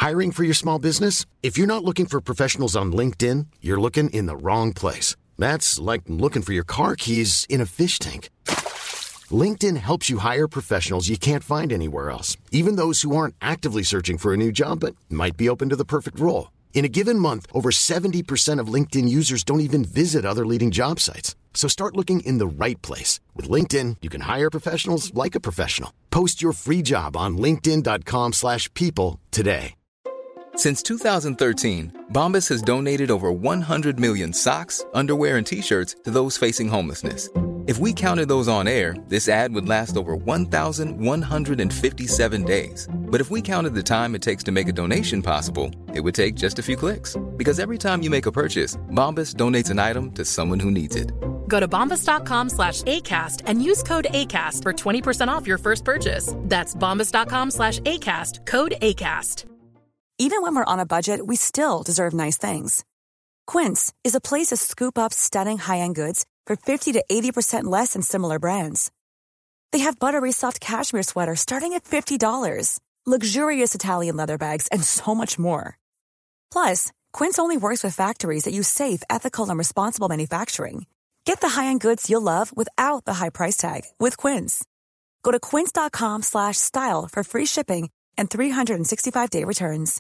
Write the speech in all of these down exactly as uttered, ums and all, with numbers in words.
Hiring for your small business? If you're not looking for professionals on LinkedIn, you're looking in the wrong place. That's like looking for your car keys in a fish tank. LinkedIn helps you hire professionals you can't find anywhere else, even those who aren't actively searching for a new job but might be open to the perfect role. In a given month, over seventy percent of LinkedIn users don't even visit other leading job sites. So start looking in the right place. With LinkedIn, you can hire professionals like a professional. Post your free job on linkedin dot com slash people today. Since two thousand thirteen, Bombas has donated over one hundred million socks, underwear, and T-shirts to those facing homelessness. If we counted those on air, this ad would last over one thousand one hundred fifty-seven days. But if we counted the time it takes to make a donation possible, it would take just a few clicks. Because every time you make a purchase, Bombas donates an item to someone who needs it. Go to bombas.com slash ACAST and use code ACAST for twenty percent off your first purchase. That's bombas.com slash ACAST, code ACAST. Even when we're on a budget, we still deserve nice things. Quince is a place to scoop up stunning high-end goods for fifty to eighty percent less than similar brands. They have buttery soft cashmere sweaters starting at fifty dollars, luxurious Italian leather bags, and so much more. Plus, Quince only works with factories that use safe, ethical, and responsible manufacturing. Get the high-end goods you'll love without the high price tag with Quince. Go to quince.com slash style for free shipping and three sixty-five day returns.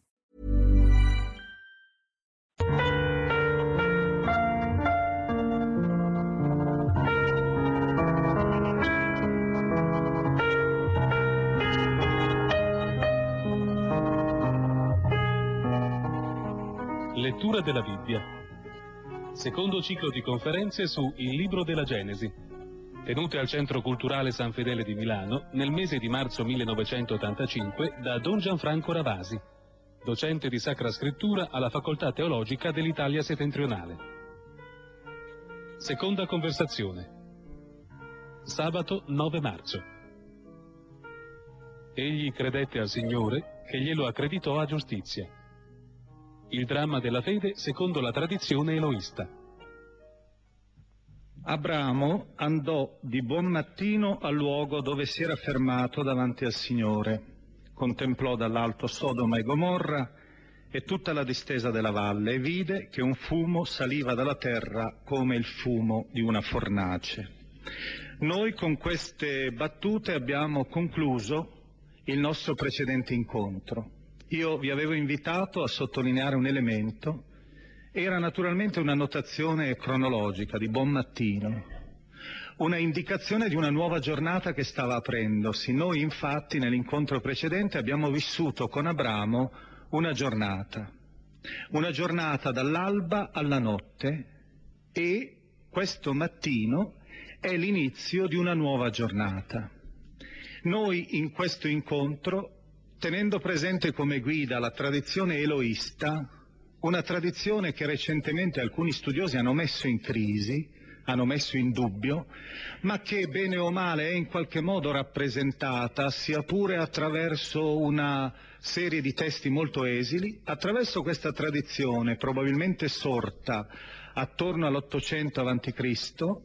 Lettura della Bibbia. Secondo ciclo di conferenze su Il Libro della Genesi, tenute al Centro Culturale San Fedele di Milano nel mese di marzo millenovecentottantacinque da Don Gianfranco Ravasi, docente di Sacra Scrittura alla Facoltà Teologica dell'Italia Settentrionale. Seconda conversazione. Sabato nove marzo. Egli credette al Signore che glielo accreditò a giustizia. Il dramma della fede secondo la tradizione eloista. Abramo andò di buon mattino al luogo dove si era fermato davanti al Signore. Contemplò dall'alto Sodoma e Gomorra e tutta la distesa della valle e vide che un fumo saliva dalla terra come il fumo di una fornace. Noi con queste battute abbiamo concluso il nostro precedente incontro. Io vi avevo invitato a sottolineare un elemento, era naturalmente una notazione cronologica di buon mattino, una indicazione di una nuova giornata che stava aprendosi. Noi infatti nell'incontro precedente abbiamo vissuto con Abramo una giornata, una giornata dall'alba alla notte, e questo mattino è l'inizio di una nuova giornata. Noi in questo incontro, tenendo presente come guida la tradizione eloista, una tradizione che recentemente alcuni studiosi hanno messo in crisi, hanno messo in dubbio, ma che bene o male è in qualche modo rappresentata, sia pure attraverso una serie di testi molto esili. Attraverso questa tradizione, probabilmente sorta attorno all'ottocento avanti Cristo,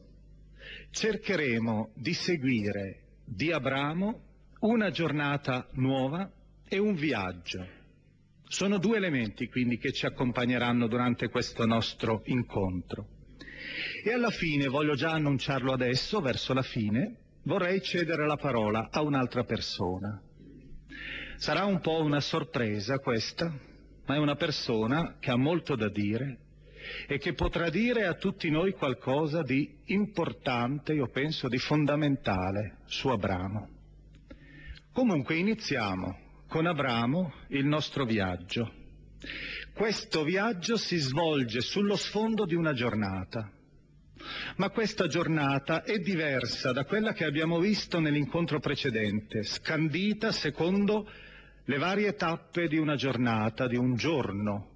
cercheremo di seguire di Abramo una giornata nuova e un viaggio. Sono due elementi quindi che ci accompagneranno durante questo nostro incontro. E alla fine, voglio già annunciarlo adesso, verso la fine, vorrei cedere la parola a un'altra persona. Sarà un po' una sorpresa questa, ma è una persona che ha molto da dire e che potrà dire a tutti noi qualcosa di importante, io penso di fondamentale, su Abramo. Comunque iniziamo con Abramo il nostro viaggio. Questo viaggio si svolge sullo sfondo di una giornata, ma questa giornata è diversa da quella che abbiamo visto nell'incontro precedente, scandita secondo le varie tappe di una giornata, di un giorno.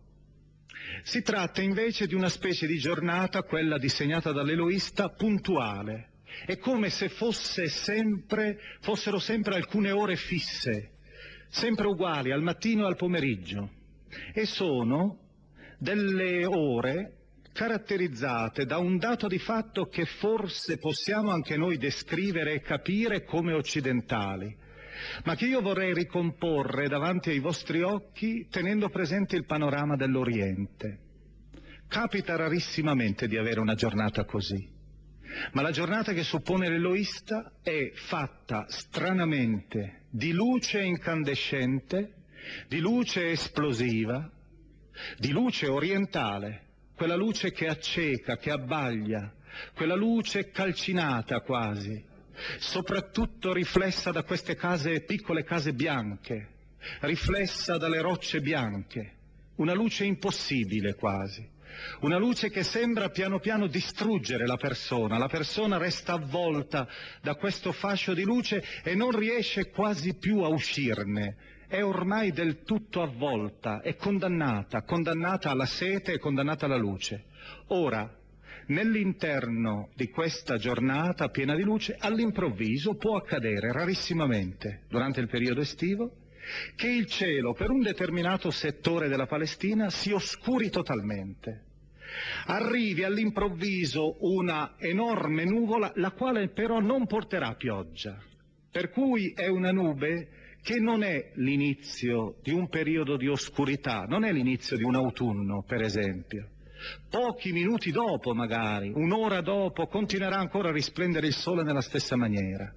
Si tratta invece di una specie di giornata, quella disegnata dall'eloista, puntuale. È come se fosse sempre, fossero sempre alcune ore fisse, sempre uguali al mattino e al pomeriggio, e sono delle ore caratterizzate da un dato di fatto che forse possiamo anche noi descrivere e capire come occidentali, ma che io vorrei ricomporre davanti ai vostri occhi tenendo presente il panorama dell'Oriente. Capita rarissimamente di avere una giornata così, ma la giornata che suppone l'Eloista è fatta stranamente di luce incandescente, di luce esplosiva, di luce orientale, quella luce che acceca, che abbaglia, quella luce calcinata quasi, soprattutto riflessa da queste case, piccole case bianche, riflessa dalle rocce bianche, una luce impossibile quasi, una luce che sembra piano piano distruggere la persona, la persona resta avvolta da questo fascio di luce e non riesce quasi più a uscirne, è ormai del tutto avvolta, è condannata, condannata alla sete e condannata alla luce. Ora, nell'interno di questa giornata piena di luce, all'improvviso può accadere, rarissimamente, durante il periodo estivo, che il cielo per un determinato settore della Palestina si oscuri totalmente. Arrivi all'improvviso una enorme nuvola, la quale però non porterà pioggia, per cui è una nube che non è l'inizio di un periodo di oscurità, non è l'inizio di un autunno, per esempio. Pochi minuti dopo, magari, un'ora dopo, continuerà ancora a risplendere il sole nella stessa maniera.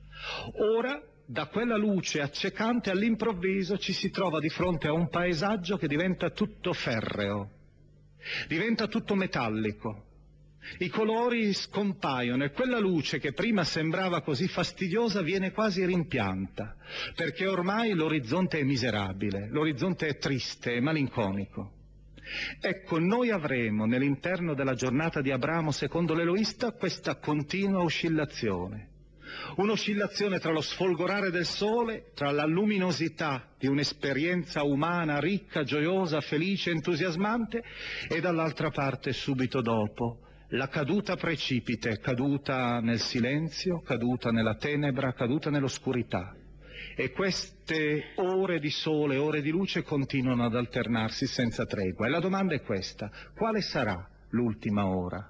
Ora, da quella luce accecante, all'improvviso ci si trova di fronte a un paesaggio che diventa tutto ferreo, diventa tutto metallico. I colori scompaiono e quella luce che prima sembrava così fastidiosa viene quasi rimpianta, perché ormai l'orizzonte è miserabile, l'orizzonte è triste, è malinconico. Ecco, noi avremo nell'interno della giornata di Abramo, secondo l'Eloista, questa continua oscillazione. Un'oscillazione tra lo sfolgorare del sole, tra la luminosità di un'esperienza umana ricca, gioiosa, felice, entusiasmante, e dall'altra parte, subito dopo, la caduta precipite, caduta nel silenzio, caduta nella tenebra, caduta nell'oscurità. E queste ore di sole, ore di luce continuano ad alternarsi senza tregua. E la domanda è questa: quale sarà l'ultima ora?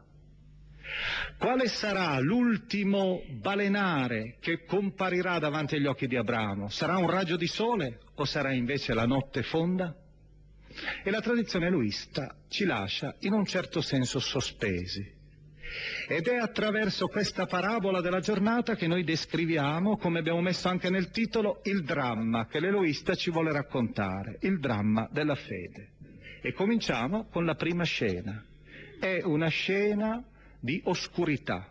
Quale sarà l'ultimo balenare che comparirà davanti agli occhi di Abramo? Sarà un raggio di sole o sarà invece la notte fonda? E la tradizione eloista ci lascia in un certo senso sospesi. Ed è attraverso questa parabola della giornata che noi descriviamo, come abbiamo messo anche nel titolo, il dramma che l'Eloista ci vuole raccontare, il dramma della fede. E cominciamo con la prima scena. È una scena di oscurità.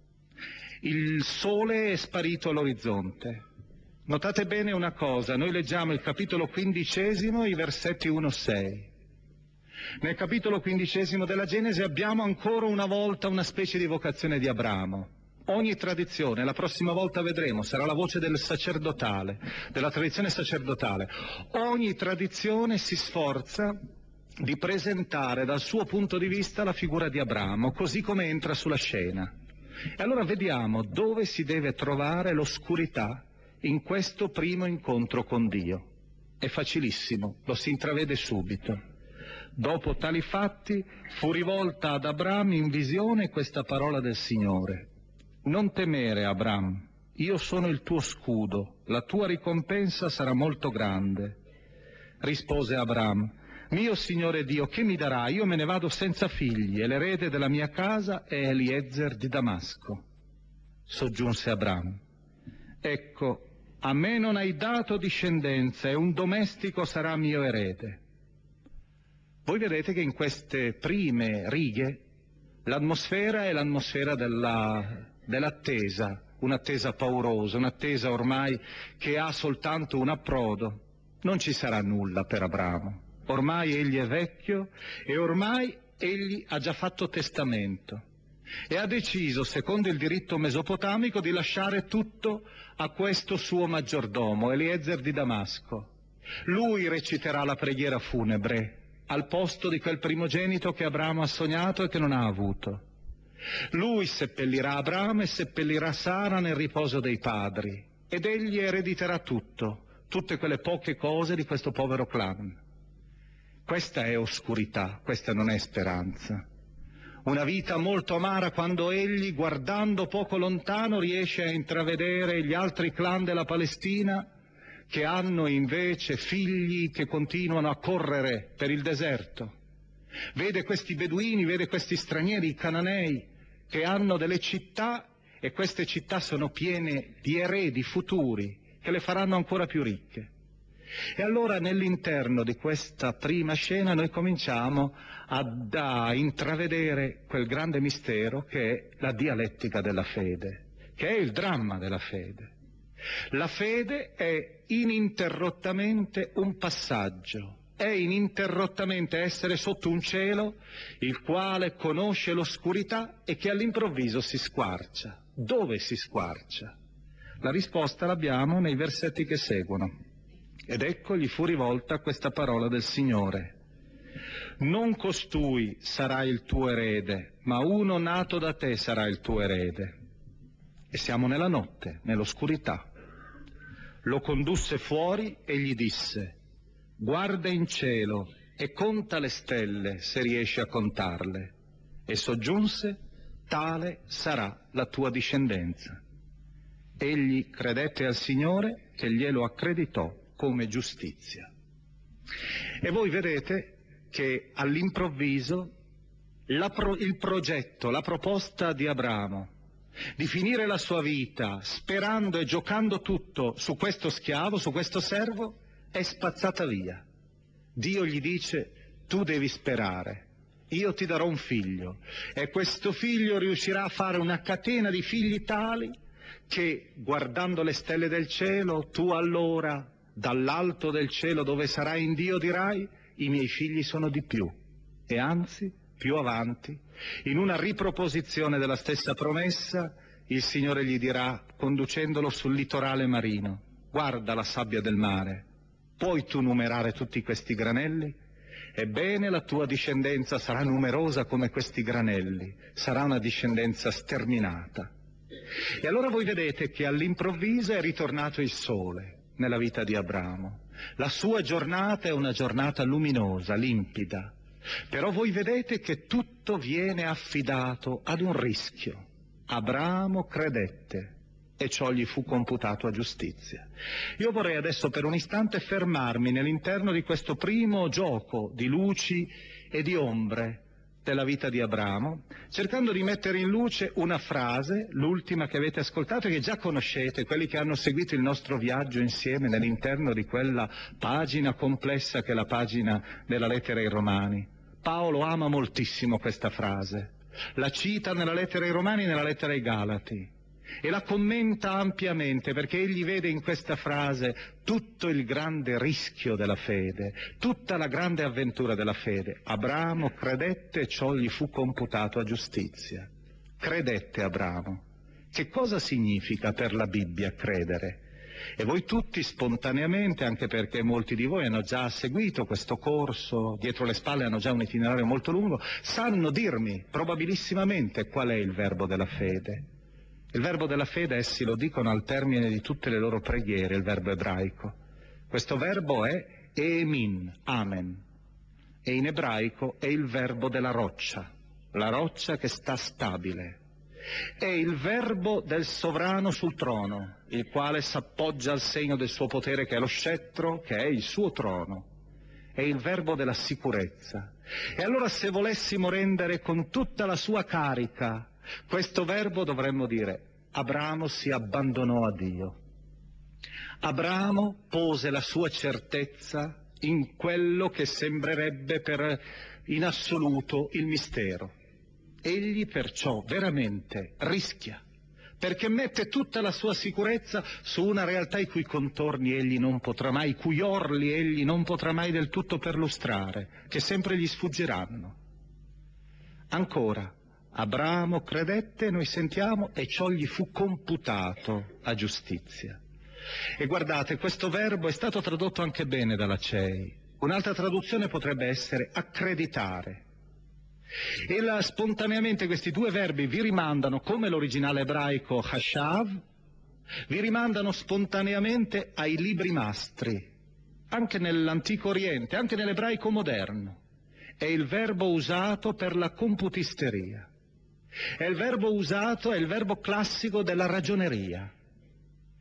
Il sole è sparito all'orizzonte. Notate bene una cosa, noi leggiamo il capitolo quindicesimo, i versetti uno sei. Nel capitolo quindicesimo della Genesi abbiamo ancora una volta una specie di evocazione di Abramo. Ogni tradizione, la prossima volta vedremo, sarà la voce del sacerdotale, della tradizione sacerdotale. Ogni tradizione si sforza di presentare dal suo punto di vista la figura di Abramo, così come entra sulla scena. E allora vediamo dove si deve trovare l'oscurità in questo primo incontro con Dio. È facilissimo, lo si intravede subito. Dopo tali fatti fu rivolta ad Abram in visione questa parola del Signore: non temere, Abram, io sono il tuo scudo, la tua ricompensa sarà molto grande. Rispose Abram: mio Signore Dio, che mi darai? Io me ne vado senza figli e l'erede della mia casa è Eliezer di Damasco. Soggiunse Abram: ecco, a me non hai dato discendenza e un domestico sarà mio erede. Voi vedete che in queste prime righe l'atmosfera è l'atmosfera della, dell'attesa, un'attesa paurosa, un'attesa ormai che ha soltanto un approdo. Non ci sarà nulla per Abramo. Ormai egli è vecchio e ormai egli ha già fatto testamento e ha deciso, secondo il diritto mesopotamico, di lasciare tutto a questo suo maggiordomo, Eliezer di Damasco. Lui reciterà la preghiera funebre al posto di quel primogenito che Abramo ha sognato e che non ha avuto. Lui seppellirà Abramo e seppellirà Sara nel riposo dei padri, ed egli erediterà tutto, tutte quelle poche cose di questo povero clan. Questa è oscurità, questa non è speranza. Una vita molto amara quando egli, guardando poco lontano, riesce a intravedere gli altri clan della Palestina che hanno invece figli che continuano a correre per il deserto. Vede questi beduini, vede questi stranieri, i cananei, che hanno delle città e queste città sono piene di eredi futuri che le faranno ancora più ricche. E allora nell'interno di questa prima scena noi cominciamo ad, a intravedere quel grande mistero che è la dialettica della fede, che è il dramma della fede. La fede è ininterrottamente un passaggio, è ininterrottamente essere sotto un cielo il quale conosce l'oscurità e che all'improvviso si squarcia. Dove si squarcia? La risposta l'abbiamo nei versetti che seguono. Ed ecco gli fu rivolta questa parola del Signore. Non costui sarà il tuo erede, ma uno nato da te sarà il tuo erede. E siamo nella notte, nell'oscurità. Lo condusse fuori e gli disse: guarda in cielo e conta le stelle, se riesci a contarle. E soggiunse: tale sarà la tua discendenza. Egli credette al Signore che glielo accreditò come giustizia. E voi vedete che all'improvviso la pro, il progetto, la proposta di Abramo di finire la sua vita sperando e giocando tutto su questo schiavo, su questo servo, è spazzata via. Dio gli dice: tu devi sperare, io ti darò un figlio e questo figlio riuscirà a fare una catena di figli tali che, guardando le stelle del cielo, tu allora dall'alto del cielo dove sarai in Dio dirai: i miei figli sono di più. E anzi, più avanti, in una riproposizione della stessa promessa, il Signore gli dirà, conducendolo sul litorale marino: guarda la sabbia del mare, puoi tu numerare tutti questi granelli? Ebbene, la tua discendenza sarà numerosa come questi granelli, sarà una discendenza sterminata. E allora voi vedete che all'improvviso è ritornato il sole nella vita di Abramo. La sua giornata è una giornata luminosa, limpida, però voi vedete che tutto viene affidato ad un rischio. Abramo credette e ciò gli fu computato a giustizia. Io vorrei adesso per un istante fermarmi nell'interno di questo primo gioco di luci e di ombre della vita di Abramo, cercando di mettere in luce una frase, l'ultima che avete ascoltato e che già conoscete, quelli che hanno seguito il nostro viaggio insieme nell'interno di quella pagina complessa che è la pagina della lettera ai Romani. Paolo ama moltissimo questa frase, la cita nella lettera ai Romani e nella lettera ai Galati e la commenta ampiamente perché egli vede in questa frase tutto il grande rischio della fede, tutta la grande avventura della fede. Abramo credette e ciò gli fu computato a giustizia. Credette Abramo. Che cosa significa per la Bibbia credere? E voi tutti spontaneamente, anche perché molti di voi hanno già seguito questo corso, dietro le spalle hanno già un itinerario molto lungo, sanno dirmi probabilissimamente qual è il verbo della fede. Il verbo della fede essi lo dicono al termine di tutte le loro preghiere, il verbo ebraico. Questo verbo è emin, amen, e in ebraico è il verbo della roccia, la roccia che sta stabile. È il verbo del sovrano sul trono, il quale s'appoggia al segno del suo potere che è lo scettro, che è il suo trono. È il verbo della sicurezza. E allora se volessimo rendere con tutta la sua carica questo verbo dovremmo dire: Abramo si abbandonò a Dio. Abramo pose la sua certezza in quello che sembrerebbe per in assoluto il mistero. Egli perciò veramente rischia, perché mette tutta la sua sicurezza su una realtà i cui contorni egli non potrà mai, i cui orli egli non potrà mai del tutto perlustrare, che sempre gli sfuggiranno. Ancora, Abramo credette, noi sentiamo, e ciò gli fu computato a giustizia. E guardate, questo verbo è stato tradotto anche bene dalla C E I. Un'altra traduzione potrebbe essere accreditare. E la, spontaneamente questi due verbi vi rimandano, come l'originale ebraico hashav, vi rimandano spontaneamente ai libri mastri, anche nell'antico Oriente, anche nell'ebraico moderno. È il verbo usato per la computisteria. È il verbo usato, è il verbo classico della ragioneria.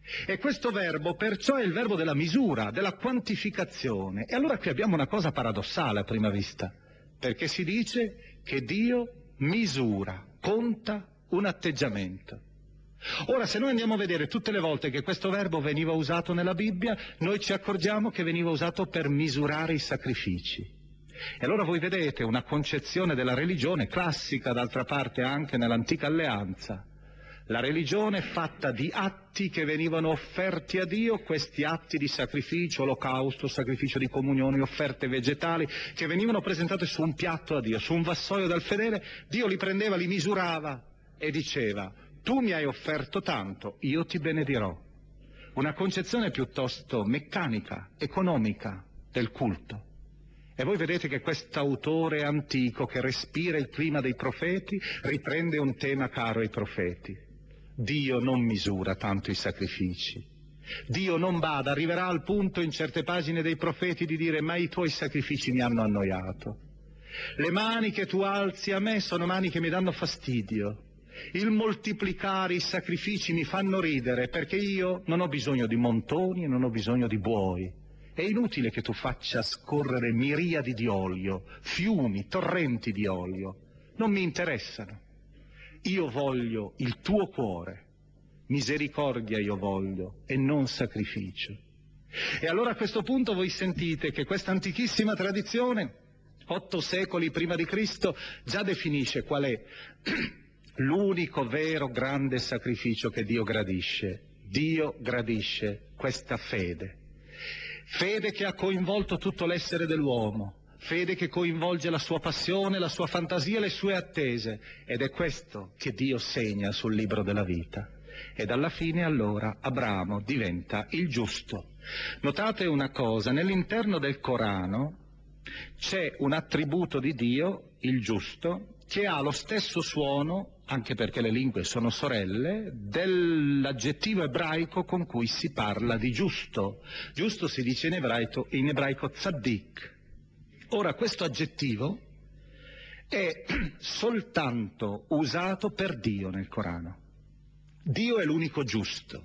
E questo verbo perciò è il verbo della misura, della quantificazione. E allora qui abbiamo una cosa paradossale a prima vista, perché si dice che Dio misura, conta un atteggiamento. Ora, se noi andiamo a vedere tutte le volte che questo verbo veniva usato nella Bibbia, noi ci accorgiamo che veniva usato per misurare i sacrifici. E allora voi vedete una concezione della religione classica, d'altra parte anche nell'antica alleanza. La religione è fatta di atti che venivano offerti a Dio, questi atti di sacrificio, olocausto, sacrificio di comunione, offerte vegetali, che venivano presentate su un piatto a Dio, su un vassoio dal fedele. Dio li prendeva, li misurava e diceva: tu mi hai offerto tanto, io ti benedirò. Una concezione piuttosto meccanica, economica del culto. E voi vedete che quest'autore antico che respira il clima dei profeti riprende un tema caro ai profeti. Dio non misura tanto i sacrifici. Dio non bada, arriverà al punto in certe pagine dei profeti di dire: ma i tuoi sacrifici mi hanno annoiato. Le mani che tu alzi a me sono mani che mi danno fastidio. Il moltiplicare i sacrifici mi fanno ridere, perché io non ho bisogno di montoni e non ho bisogno di buoi. È inutile che tu faccia scorrere miriadi di olio, fiumi, torrenti di olio. Non mi interessano. Io voglio il tuo cuore, misericordia io voglio e non sacrificio. E allora a questo punto voi sentite che questa antichissima tradizione, otto secoli prima di Cristo, già definisce qual è l'unico vero grande sacrificio che Dio gradisce. Dio gradisce questa fede. Fede che ha coinvolto tutto l'essere dell'uomo. Fede che coinvolge la sua passione, la sua fantasia, le sue attese. Ed è questo che Dio segna sul libro della vita. Ed alla fine allora Abramo diventa il giusto. Notate una cosa, nell'interno del Corano c'è un attributo di Dio, il giusto, che ha lo stesso suono, anche perché le lingue sono sorelle, dell'aggettivo ebraico con cui si parla di giusto. Giusto si dice in ebraico, in ebraico tzaddik. Ora, questo aggettivo è soltanto usato per Dio nel Corano. Dio è l'unico giusto.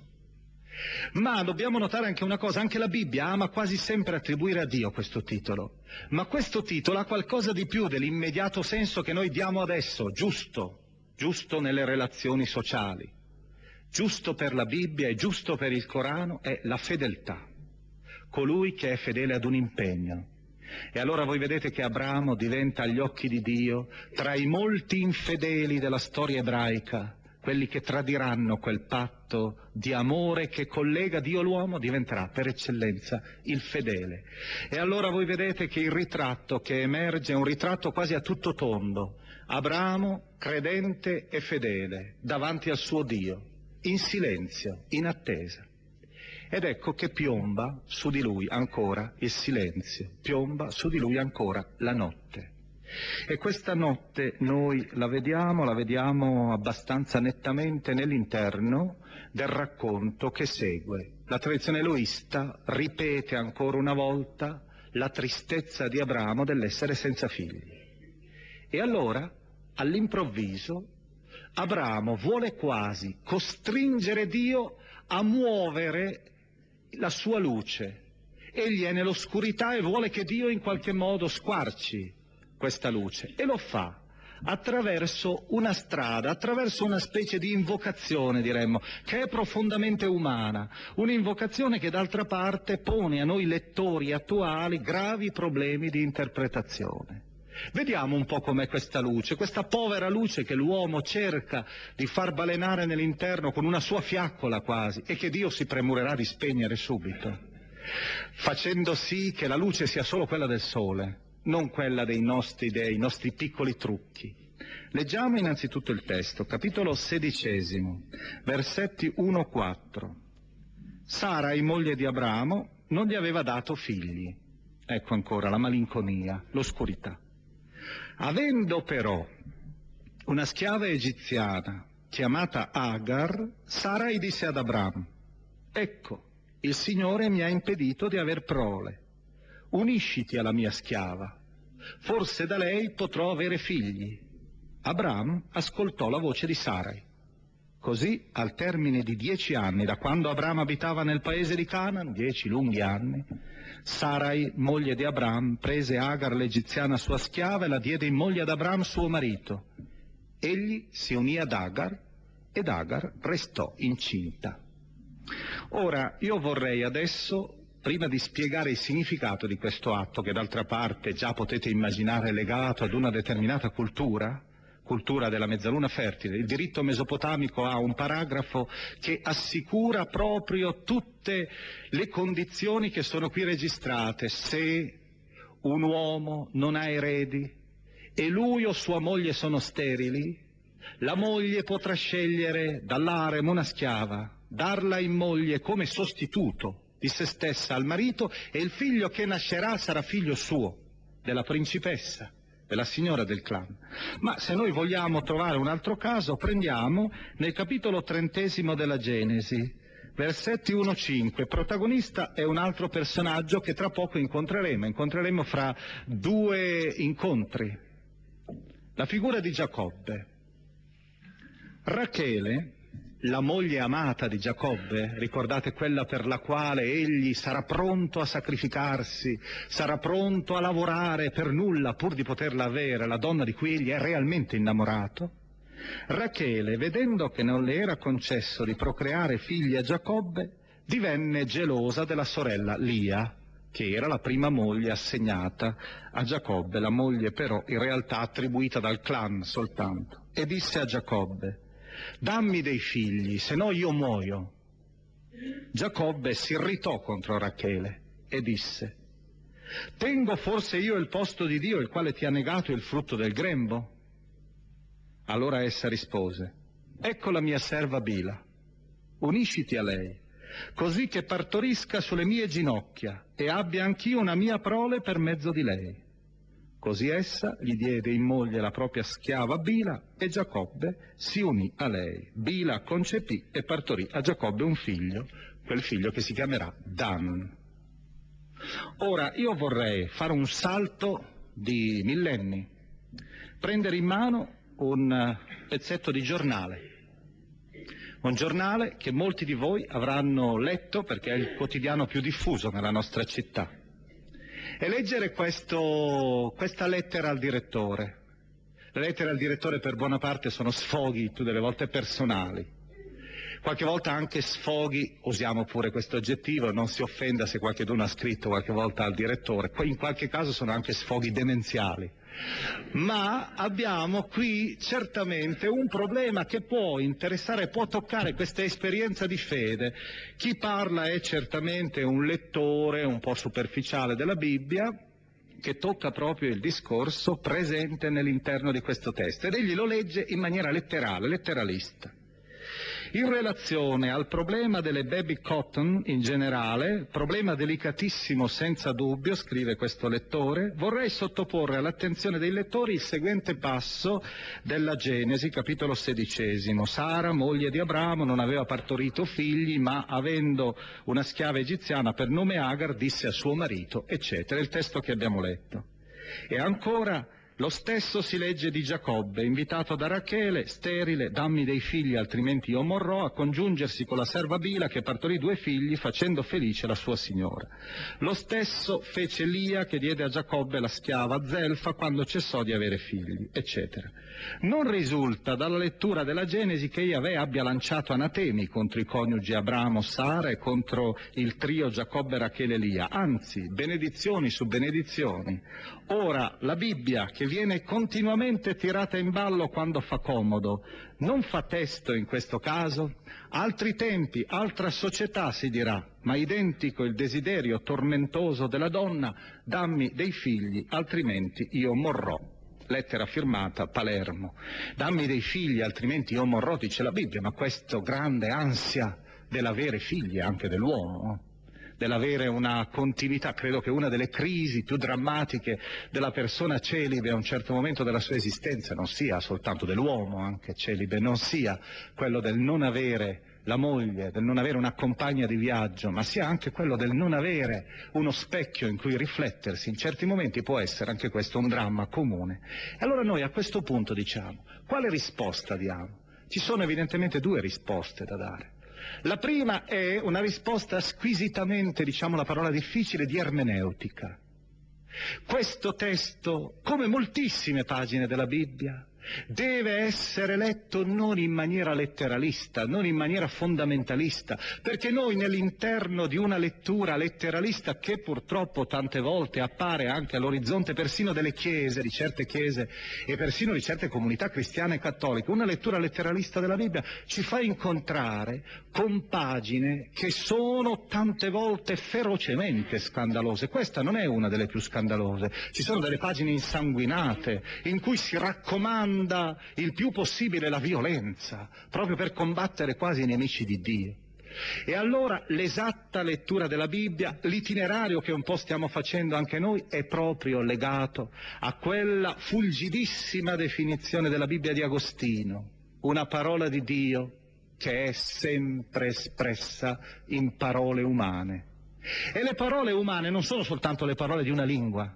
Ma dobbiamo notare anche una cosa, anche la Bibbia ama quasi sempre attribuire a Dio questo titolo. Ma questo titolo ha qualcosa di più dell'immediato senso che noi diamo adesso, giusto, giusto nelle relazioni sociali. Giusto per la Bibbia e giusto per il Corano è la fedeltà, colui che è fedele ad un impegno. E allora voi vedete che Abramo diventa agli occhi di Dio, tra i molti infedeli della storia ebraica, quelli che tradiranno quel patto di amore che collega Dio e l'uomo, diventerà per eccellenza il fedele. E allora voi vedete che il ritratto che emerge è un ritratto quasi a tutto tondo. Abramo, credente e fedele, davanti al suo Dio, in silenzio, in attesa. Ed ecco che piomba su di lui ancora il silenzio, piomba su di lui ancora la notte. E questa notte noi la vediamo, la vediamo abbastanza nettamente nell'interno del racconto che segue. La tradizione eloista ripete ancora una volta la tristezza di Abramo dell'essere senza figli. E allora, all'improvviso, Abramo vuole quasi costringere Dio a muovere la sua luce. Egli è nell'oscurità e vuole che Dio in qualche modo squarci questa luce, e lo fa attraverso una strada, attraverso una specie di invocazione, diremmo, che è profondamente umana, un'invocazione che d'altra parte pone a noi lettori attuali gravi problemi di interpretazione. Vediamo un po' com'è questa luce, questa povera luce che l'uomo cerca di far balenare nell'interno con una sua fiaccola quasi, e che Dio si premurerà di spegnere subito, facendo sì che la luce sia solo quella del sole, non quella dei nostri dei nostri piccoli trucchi. Leggiamo innanzitutto il testo, capitolo sedicesimo, versetti uno quattro. Sarai, moglie di Abramo, non gli aveva dato figli. Ecco ancora la malinconia, l'oscurità. Avendo però una schiava egiziana chiamata Agar, Sarai disse ad Abramo: ecco, il Signore mi ha impedito di aver prole. Unisciti alla mia schiava, forse da lei potrò avere figli. Abramo ascoltò la voce di Sarai. Così, al termine di dieci anni, da quando Abramo abitava nel paese di Canaan, dieci lunghi anni, Sarai, moglie di Abram, prese Agar l'egiziana sua schiava e la diede in moglie ad Abram suo marito. Egli si unì ad Agar ed Agar restò incinta. Ora, io vorrei adesso, prima di spiegare il significato di questo atto, che d'altra parte già potete immaginare legato ad una determinata cultura, cultura della mezzaluna fertile, il diritto mesopotamico ha un paragrafo che assicura proprio tutte le condizioni che sono qui registrate. Se un uomo non ha eredi e lui o sua moglie sono sterili, la moglie potrà scegliere dall'harem una schiava, darla in moglie come sostituto di se stessa al marito, e il figlio che nascerà sarà figlio suo, della principessa, della signora del clan. Ma se noi vogliamo trovare un altro caso, prendiamo nel capitolo trentesimo della Genesi, versetti uno cinque, protagonista è un altro personaggio che tra poco incontreremo, incontreremo fra due incontri, la figura di Giacobbe. Rachele, la moglie amata di Giacobbe, ricordate, quella per la quale egli sarà pronto a sacrificarsi, sarà pronto a lavorare per nulla pur di poterla avere, la donna di cui egli è realmente innamorato. Rachele, vedendo che non le era concesso di procreare figli a Giacobbe, divenne gelosa della sorella Lia, che era la prima moglie assegnata a Giacobbe, la moglie però in realtà attribuita dal clan soltanto, e disse a Giacobbe: dammi dei figli, se no io muoio. Giacobbe si irritò contro Rachele e disse: tengo forse io il posto di Dio, il quale ti ha negato il frutto del grembo? Allora essa rispose: ecco la mia serva Bila, unisciti a lei, così che partorisca sulle mie ginocchia e abbia anch'io una mia prole per mezzo di lei. Così essa gli diede in moglie la propria schiava Bila e Giacobbe si unì a lei. Bila concepì e partorì a Giacobbe un figlio, quel figlio che si chiamerà Dan. Ora io vorrei fare un salto di millenni, prendere in mano un pezzetto di giornale, un giornale che molti di voi avranno letto perché è il quotidiano più diffuso nella nostra città, e leggere questo, questa lettera al direttore. Le lettere al direttore per buona parte sono sfoghi, più delle volte personali, qualche volta anche sfoghi, usiamo pure questo aggettivo, non si offenda se qualcuno ha scritto qualche volta al direttore, poi in qualche caso sono anche sfoghi demenziali. Ma abbiamo qui certamente un problema che può interessare, può toccare questa esperienza di fede. Chi parla è certamente un lettore un po' superficiale della Bibbia, che tocca proprio il discorso presente nell'interno di questo testo, ed egli lo legge in maniera letterale, letteralista. In relazione al problema delle baby cotton in generale, problema delicatissimo senza dubbio, scrive questo lettore, vorrei sottoporre all'attenzione dei lettori il seguente passo della Genesi, capitolo sedicesimo. Sara, moglie di Abramo, non aveva partorito figli, ma avendo una schiava egiziana per nome Agar, disse a suo marito, eccetera, il testo che abbiamo letto. E ancora: lo stesso si legge di Giacobbe, invitato da Rachele, sterile, dammi dei figli altrimenti io morrò, a congiungersi con la serva Bila che partorì due figli facendo felice la sua signora. Lo stesso fece Lia che diede a Giacobbe la schiava Zelfa quando cessò di avere figli, eccetera. Non risulta dalla lettura della Genesi che Yahweh abbia lanciato anatemi contro i coniugi Abramo, Sara e contro il trio Giacobbe, Rachele e Lia, anzi benedizioni su benedizioni. Ora la Bibbia, che viene continuamente tirata in ballo quando fa comodo, non fa testo in questo caso? Altri tempi, altra società si dirà, ma identico il desiderio tormentoso della donna: dammi dei figli altrimenti io morrò. Lettera firmata Palermo. Dammi dei figli altrimenti io morrò, dice la Bibbia, ma questo grande ansia dell'avere figli anche dell'uomo, dell'avere una continuità. Credo che una delle crisi più drammatiche della persona celibe a un certo momento della sua esistenza non sia soltanto dell'uomo, anche celibe, non sia quello del non avere la moglie, del non avere una compagna di viaggio, ma sia anche quello del non avere uno specchio in cui riflettersi. In certi momenti può essere anche questo un dramma comune. E allora noi a questo punto diciamo: quale risposta diamo? Ci sono evidentemente due risposte da dare. La prima è una risposta squisitamente, diciamo la parola difficile, di ermeneutica. Questo testo, come moltissime pagine della Bibbia, deve essere letto non in maniera letteralista, non in maniera fondamentalista, perché noi nell'interno di una lettura letteralista che purtroppo tante volte appare anche all'orizzonte persino delle chiese, di certe chiese e persino di certe comunità cristiane e cattoliche, una lettura letteralista della Bibbia ci fa incontrare con pagine che sono tante volte ferocemente scandalose. Questa non è una delle più scandalose, ci sono delle pagine insanguinate in cui si raccomanda il più possibile la violenza, proprio per combattere quasi i nemici di Dio. E allora l'esatta lettura della Bibbia, l'itinerario che un po' stiamo facendo anche noi, è proprio legato a quella fulgidissima definizione della Bibbia di Agostino, una parola di Dio che è sempre espressa in parole umane. E le parole umane non sono soltanto le parole di una lingua,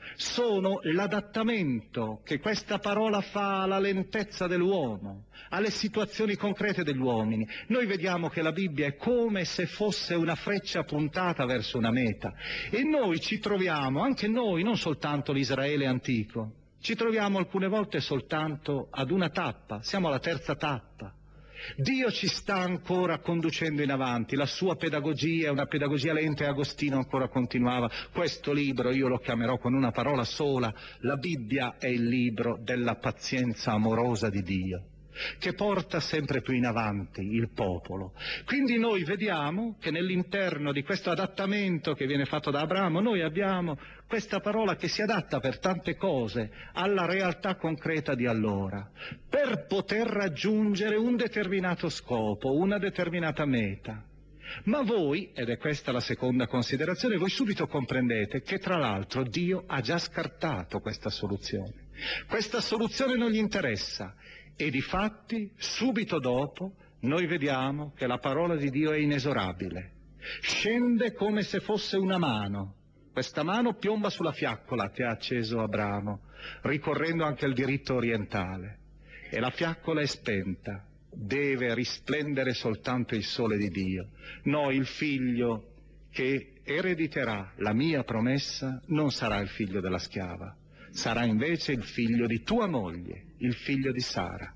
sono l'adattamento che questa parola fa alla lentezza dell'uomo, alle situazioni concrete degli uomini. Noi vediamo che la Bibbia è come se fosse una freccia puntata verso una meta e noi ci troviamo, anche noi, non soltanto l'Israele antico, ci troviamo alcune volte soltanto ad una tappa, siamo alla terza tappa. Dio ci sta ancora conducendo in avanti, la sua pedagogia è una pedagogia lenta e Agostino ancora continuava. Questo libro io lo chiamerò con una parola sola, la Bibbia è il libro della pazienza amorosa di Dio, che porta sempre più in avanti il popolo. Quindi noi vediamo che nell'interno di questo adattamento che viene fatto da Abramo, noi abbiamo questa parola che si adatta per tante cose alla realtà concreta di allora, per poter raggiungere un determinato scopo, una determinata meta. Ma voi, ed è questa la seconda considerazione, voi subito comprendete che tra l'altro Dio ha già scartato questa soluzione. Questa soluzione non gli interessa. E difatti, subito dopo, noi vediamo che la parola di Dio è inesorabile. Scende come se fosse una mano. Questa mano piomba sulla fiaccola che ha acceso Abramo, ricorrendo anche al diritto orientale. E la fiaccola è spenta. Deve risplendere soltanto il sole di Dio. No, il figlio che erediterà la mia promessa non sarà il figlio della schiava. Sarà invece il figlio di tua moglie, il figlio di Sara.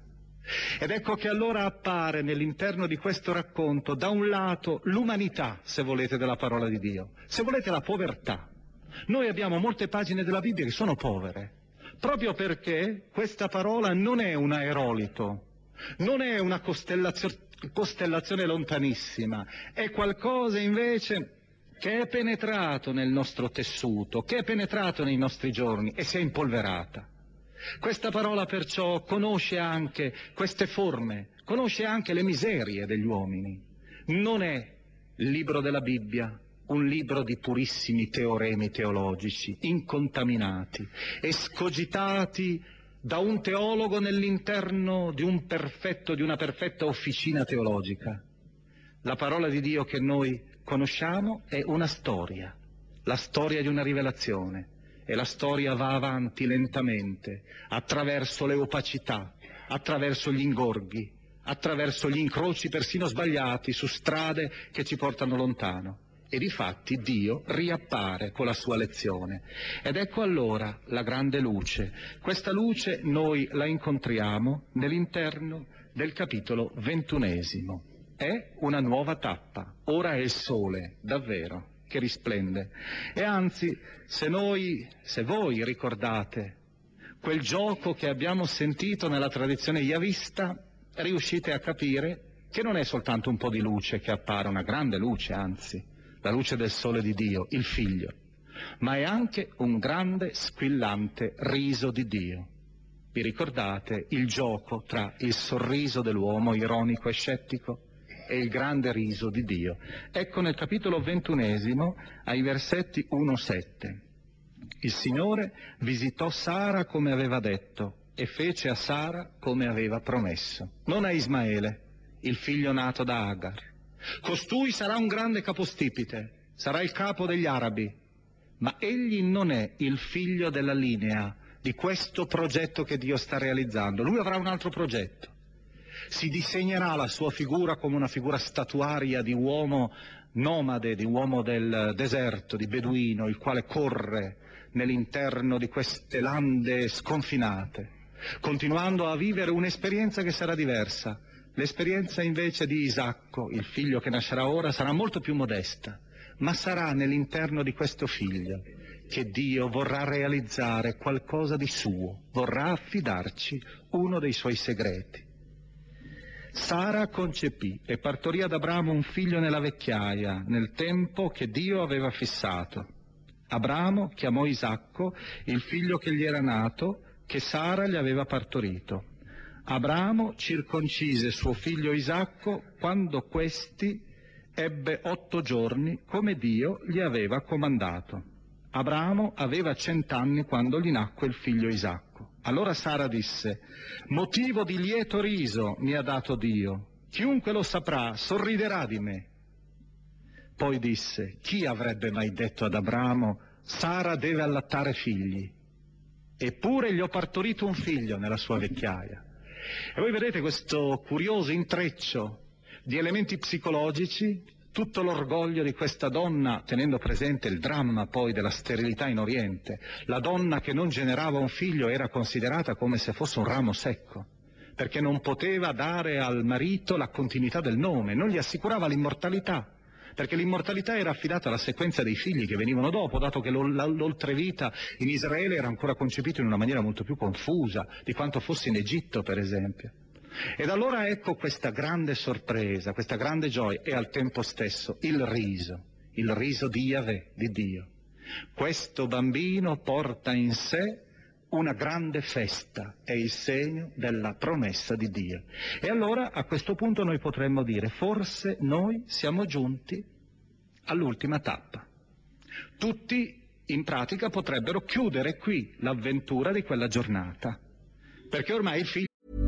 Ed ecco che allora appare nell'interno di questo racconto, da un lato, l'umanità, se volete, della parola di Dio, se volete la povertà. Noi abbiamo molte pagine della Bibbia che sono povere, proprio perché questa parola non è un aerolito, non è una costellazio- costellazione lontanissima, è qualcosa invece che è penetrato nel nostro tessuto, che è penetrato nei nostri giorni e si è impolverata. Questa parola perciò conosce anche queste forme, conosce anche le miserie degli uomini. Non è il libro della Bibbia un libro di purissimi teoremi teologici, incontaminati, escogitati da un teologo nell'interno di un perfetto, di una perfetta officina teologica. La parola di Dio che noi conosciamo è una storia, la storia di una rivelazione, e la storia va avanti lentamente, attraverso le opacità, attraverso gli ingorghi, attraverso gli incroci persino sbagliati su strade che ci portano lontano. E difatti Dio riappare con la sua lezione. Ed ecco allora la grande luce. Questa luce noi la incontriamo nell'interno del capitolo ventunesimo. È una nuova tappa, ora è il sole, davvero, che risplende. E anzi, se noi, se voi ricordate quel gioco che abbiamo sentito nella tradizione yavista, riuscite a capire che non è soltanto un po' di luce che appare, una grande luce, anzi, la luce del sole di Dio, il Figlio, ma è anche un grande squillante riso di Dio. Vi ricordate il gioco tra il sorriso dell'uomo ironico e scettico e il grande riso di Dio? Ecco nel capitolo ventunesimo, ai versetti uno sette. Il Signore visitò Sara come aveva detto e fece a Sara come aveva promesso, non a Ismaele, il figlio nato da Agar. Costui sarà un grande capostipite, sarà il capo degli arabi, ma egli non è il figlio della linea di questo progetto che Dio sta realizzando. Lui avrà un altro progetto. Si disegnerà la sua figura come una figura statuaria di uomo nomade, di uomo del deserto, di beduino, il quale corre nell'interno di queste lande sconfinate, continuando a vivere un'esperienza che sarà diversa. L'esperienza invece di Isacco, il figlio che nascerà ora, sarà molto più modesta, ma sarà nell'interno di questo figlio che Dio vorrà realizzare qualcosa di suo, vorrà affidarci uno dei suoi segreti. Sara concepì e partorì ad Abramo un figlio nella vecchiaia, nel tempo che Dio aveva fissato. Abramo chiamò Isacco il figlio che gli era nato, che Sara gli aveva partorito. Abramo circoncise suo figlio Isacco quando questi ebbe otto giorni, come Dio gli aveva comandato. Abramo aveva cent'anni quando gli nacque il figlio Isacco. Allora Sara disse: motivo di lieto riso mi ha dato Dio, chiunque lo saprà sorriderà di me. Poi disse: chi avrebbe mai detto ad Abramo: Sara deve allattare figli? Eppure gli ho partorito un figlio nella sua vecchiaia. E voi vedete questo curioso intreccio di elementi psicologici, tutto l'orgoglio di questa donna, tenendo presente il dramma poi della sterilità in Oriente. La donna che non generava un figlio era considerata come se fosse un ramo secco, perché non poteva dare al marito la continuità del nome, non gli assicurava l'immortalità, perché l'immortalità era affidata alla sequenza dei figli che venivano dopo, dato che l'oltrevita in Israele era ancora concepito in una maniera molto più confusa di quanto fosse in Egitto, per esempio. Ed allora ecco questa grande sorpresa, questa grande gioia e al tempo stesso il riso, il riso di Yahweh, di Dio. Questo bambino porta in sé una grande festa, è il segno della promessa di Dio. E allora a questo punto noi potremmo dire: forse noi siamo giunti all'ultima tappa. Tutti in pratica potrebbero chiudere qui l'avventura di quella giornata, perché ormai il figlio...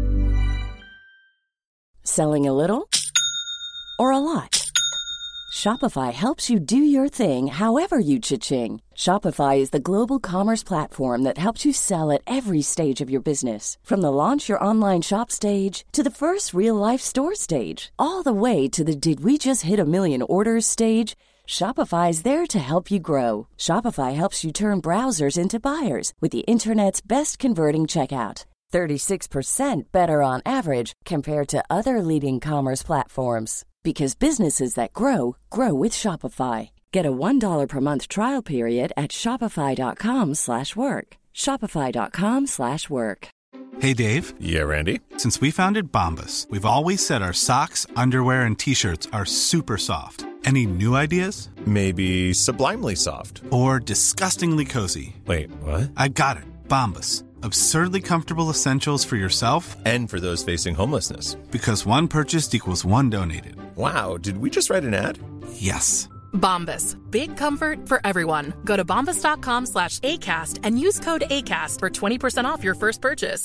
Selling a little or a lot? Shopify helps you do your thing however you cha-ching. Shopify is the global commerce platform that helps you sell at every stage of your business. From the launch your online shop stage to the first real-life store stage, all the way to the did we just hit a million orders stage. Shopify is there to help you grow. Shopify helps you turn browsers into buyers with the internet's best converting checkout. thirty-six percent better on average compared to other leading commerce platforms. Because businesses that grow, grow with Shopify. Get a one dollar per month trial period at shopify.com slash work. Shopify.com slash work. Hey, Dave. Yeah, Randy. Since we founded Bombas, we've always said our socks, underwear, and T-shirts are super soft. Any new ideas? Maybe sublimely soft. Or disgustingly cozy. Wait, what? I got it. Bombas. Absurdly comfortable essentials for yourself and for those facing homelessness. Because one purchased equals one donated. Wow, did we just write an ad? Yes. Bombas. Big comfort for everyone. Go to bombas.com slash ACAST and use code ACAST for twenty percent off your first purchase.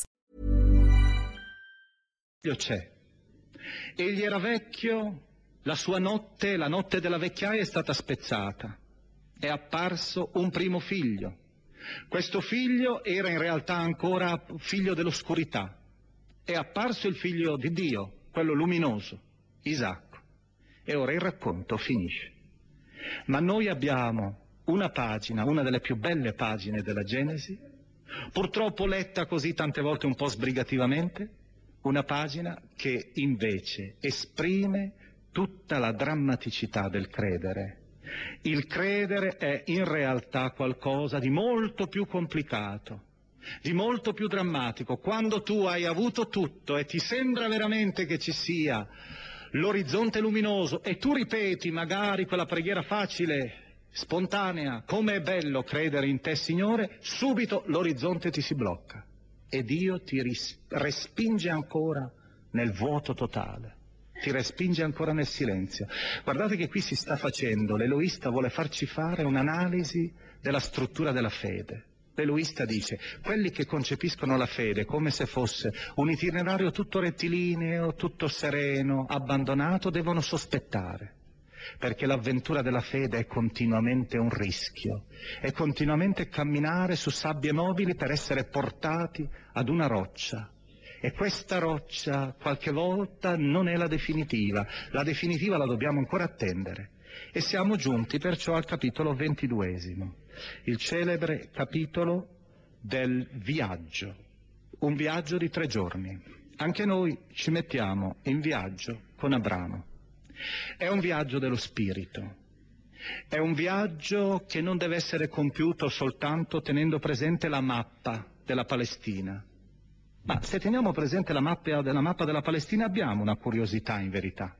C'è. Egli era vecchio, la sua notte, la notte della vecchiaia è stata spezzata. È apparso un primo figlio. Questo figlio era in realtà ancora figlio dell'oscurità. È apparso il figlio di Dio, quello luminoso, Isacco. E ora il racconto finisce. Ma noi abbiamo una pagina, una delle più belle pagine della Genesi, purtroppo letta così tante volte un po' sbrigativamente, una pagina che invece esprime tutta la drammaticità del credere. Il credere è in realtà qualcosa di molto più complicato, di molto più drammatico. Quando tu hai avuto tutto e ti sembra veramente che ci sia l'orizzonte luminoso e tu ripeti magari quella preghiera facile, spontanea, come è bello credere in te, Signore, subito l'orizzonte ti si blocca e Dio ti ris- respinge ancora nel vuoto totale. Ti respinge ancora nel silenzio. Guardate che qui si sta facendo, l'Eloista vuole farci fare un'analisi della struttura della fede. L'Eloista dice: quelli che concepiscono la fede come se fosse un itinerario tutto rettilineo, tutto sereno, abbandonato, devono sospettare, perché l'avventura della fede è continuamente un rischio, è continuamente camminare su sabbie mobili per essere portati ad una roccia. E questa roccia qualche volta non è la definitiva, la definitiva la dobbiamo ancora attendere. E siamo giunti perciò al capitolo ventiduesimo, il celebre capitolo del viaggio, un viaggio di tre giorni. Anche noi ci mettiamo in viaggio con Abramo. È un viaggio dello spirito, è un viaggio che non deve essere compiuto soltanto tenendo presente la mappa della Palestina. Ma se teniamo presente la mappa della, mappa della Palestina abbiamo una curiosità in verità.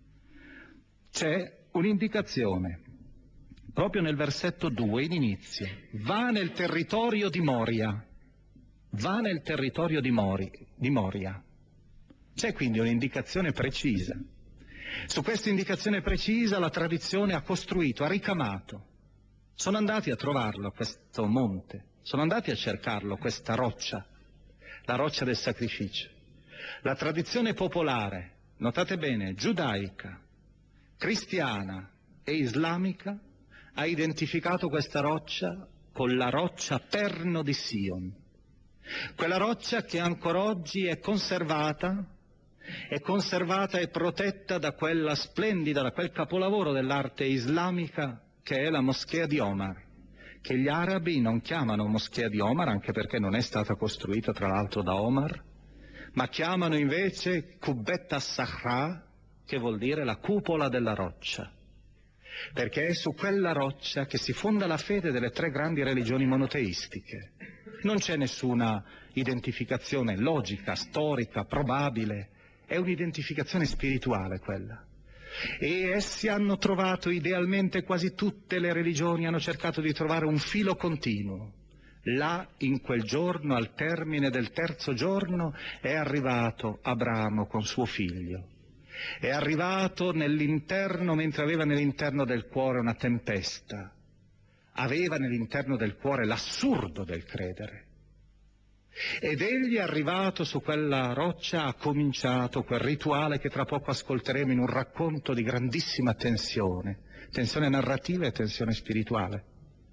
C'è un'indicazione, proprio nel versetto due, in inizio. Va nel territorio di Moria. Va nel territorio di, Mori, di Moria. C'è quindi un'indicazione precisa. Su questa indicazione precisa la tradizione ha costruito, ha ricamato. Sono andati a trovarlo, questo monte. Sono andati a cercarlo, questa roccia. La roccia del sacrificio. La tradizione popolare, notate bene, giudaica, cristiana e islamica, ha identificato questa roccia con la roccia perno di Sion. Quella roccia che ancora oggi è conservata, è conservata e protetta da quella splendida, da quel capolavoro dell'arte islamica che è la moschea di Omar, che gli arabi non chiamano moschea di Omar, anche perché non è stata costruita tra l'altro da Omar, ma chiamano invece Kubbet as-Sahra, che vuol dire la cupola della roccia, perché è su quella roccia che si fonda la fede delle tre grandi religioni monoteistiche. Non c'è nessuna identificazione logica, storica, probabile, è un'identificazione spirituale quella. E essi hanno trovato, idealmente quasi tutte le religioni hanno cercato di trovare un filo continuo. Là, in quel giorno, al termine del terzo giorno, è arrivato Abramo con suo figlio. È arrivato nell'interno, mentre aveva nell'interno del cuore una tempesta. Aveva nell'interno del cuore l'assurdo del credere. Ed egli è arrivato su quella roccia, ha cominciato quel rituale che tra poco ascolteremo in un racconto di grandissima tensione, tensione narrativa e tensione spirituale.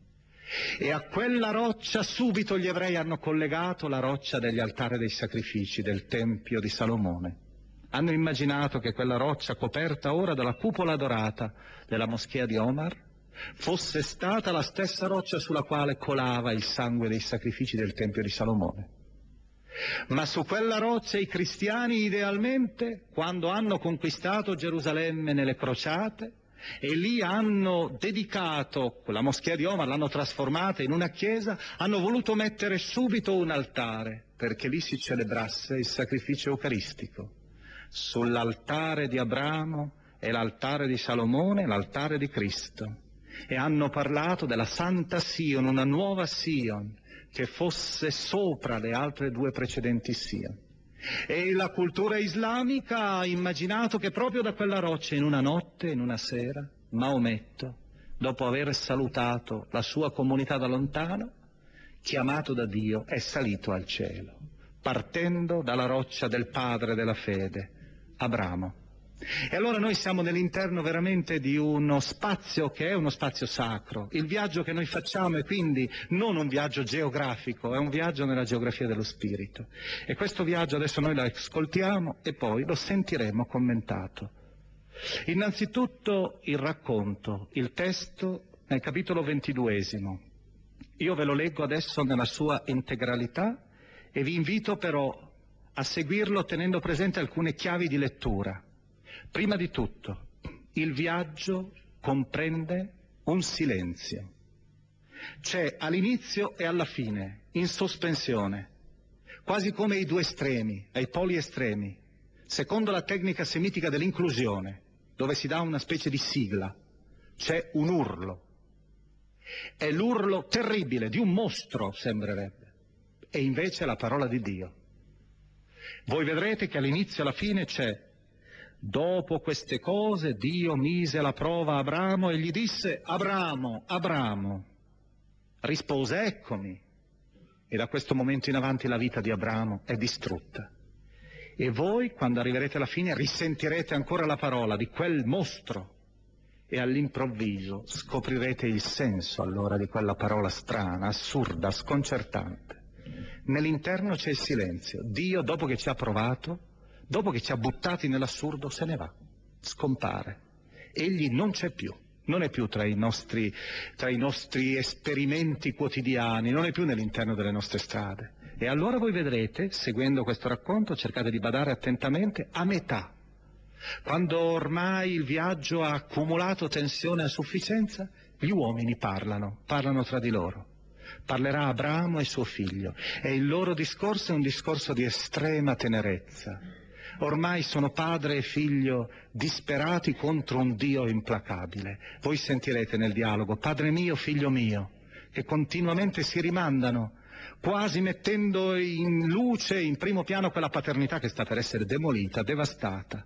E a quella roccia subito gli ebrei hanno collegato la roccia degli altari dei sacrifici del Tempio di Salomone. Hanno immaginato che quella roccia coperta ora dalla cupola dorata della moschea di Omar fosse stata la stessa roccia sulla quale colava il sangue dei sacrifici del Tempio di Salomone. Ma su quella roccia i cristiani idealmente, quando hanno conquistato Gerusalemme nelle crociate, e lì hanno dedicato la moschea di Omar, l'hanno trasformata in una chiesa, hanno voluto mettere subito un altare, perché lì si celebrasse il sacrificio eucaristico. Sull'altare di Abramo e l'altare di Salomone, l'altare di Cristo. E hanno parlato della Santa Sion, una nuova Sion, che fosse sopra le altre due precedenti Sion. E la cultura islamica ha immaginato che proprio da quella roccia, in una notte, in una sera, Maometto, dopo aver salutato la sua comunità da lontano, chiamato da Dio, è salito al cielo, partendo dalla roccia del padre della fede, Abramo. E allora noi siamo nell'interno veramente di uno spazio che è uno spazio sacro. Il viaggio che noi facciamo è quindi non un viaggio geografico, è un viaggio nella geografia dello spirito. E questo viaggio adesso noi lo ascoltiamo e poi lo sentiremo commentato. Innanzitutto il racconto, il testo nel capitolo ventiduesimo. Io ve lo leggo adesso nella sua integralità e vi invito però a seguirlo tenendo presente alcune chiavi di lettura. Prima di tutto, il viaggio comprende un silenzio. C'è all'inizio e alla fine, in sospensione, quasi come i due estremi, ai poli estremi, secondo la tecnica semitica dell'inclusione, dove si dà una specie di sigla. C'è un urlo. È l'urlo terribile di un mostro, sembrerebbe, e invece è la parola di Dio. Voi vedrete che all'inizio e alla fine c'è: dopo queste cose Dio mise alla prova Abramo e gli disse: Abramo, Abramo. Rispose: eccomi. E da questo momento in avanti la vita di Abramo è distrutta. E voi, quando arriverete alla fine, risentirete ancora la parola di quel mostro e all'improvviso scoprirete il senso allora di quella parola strana, assurda, sconcertante. Nell'interno c'è il silenzio. Dio, dopo che ci ha provato, dopo che ci ha buttati nell'assurdo, se ne va, scompare. Egli non c'è più, non è più tra i nostri, tra i nostri esperimenti quotidiani, non è più nell'interno delle nostre strade. E allora voi vedrete, seguendo questo racconto, cercate di badare attentamente, a metà, quando ormai il viaggio ha accumulato tensione a sufficienza, gli uomini parlano, parlano tra di loro. Parlerà Abramo e suo figlio, e il loro discorso è un discorso di estrema tenerezza. Ormai sono padre e figlio disperati contro un Dio implacabile. Voi sentirete nel dialogo, padre mio, figlio mio, che continuamente si rimandano, quasi mettendo in luce, in primo piano, quella paternità che sta per essere demolita, devastata.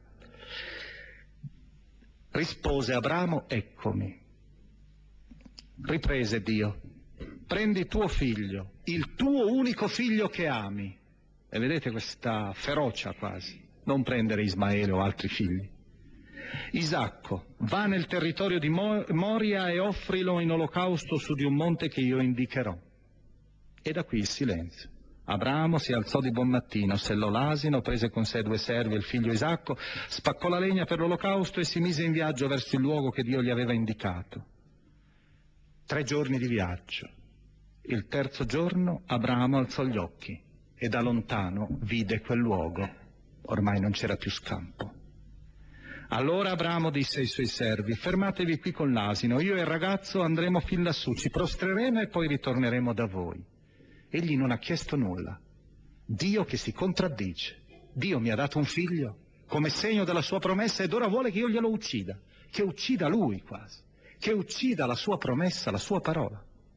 Rispose Abramo, eccomi. Riprese Dio, prendi tuo figlio, il tuo unico figlio che ami. E vedete questa ferocia quasi. Non prendere Ismaele o altri figli. Isacco, va nel territorio di Moria e offrilo in olocausto su di un monte che io indicherò. E da qui il silenzio. Abramo si alzò di buon mattino, sellò l'asino, prese con sé due servi e il figlio Isacco, spaccò la legna per l'olocausto e si mise in viaggio verso il luogo che Dio gli aveva indicato. Tre giorni di viaggio. Il terzo giorno Abramo alzò gli occhi e da lontano vide quel luogo. Ormai non c'era più scampo. Allora Abramo disse ai suoi servi, fermatevi qui con l'asino, io e il ragazzo andremo fin lassù, ci prostreremo e poi ritorneremo da voi. Egli non ha chiesto nulla. Dio che si contraddice. Dio mi ha dato un figlio come segno della sua promessa ed ora vuole che io glielo uccida, che uccida lui quasi, che uccida la sua promessa, la sua parola.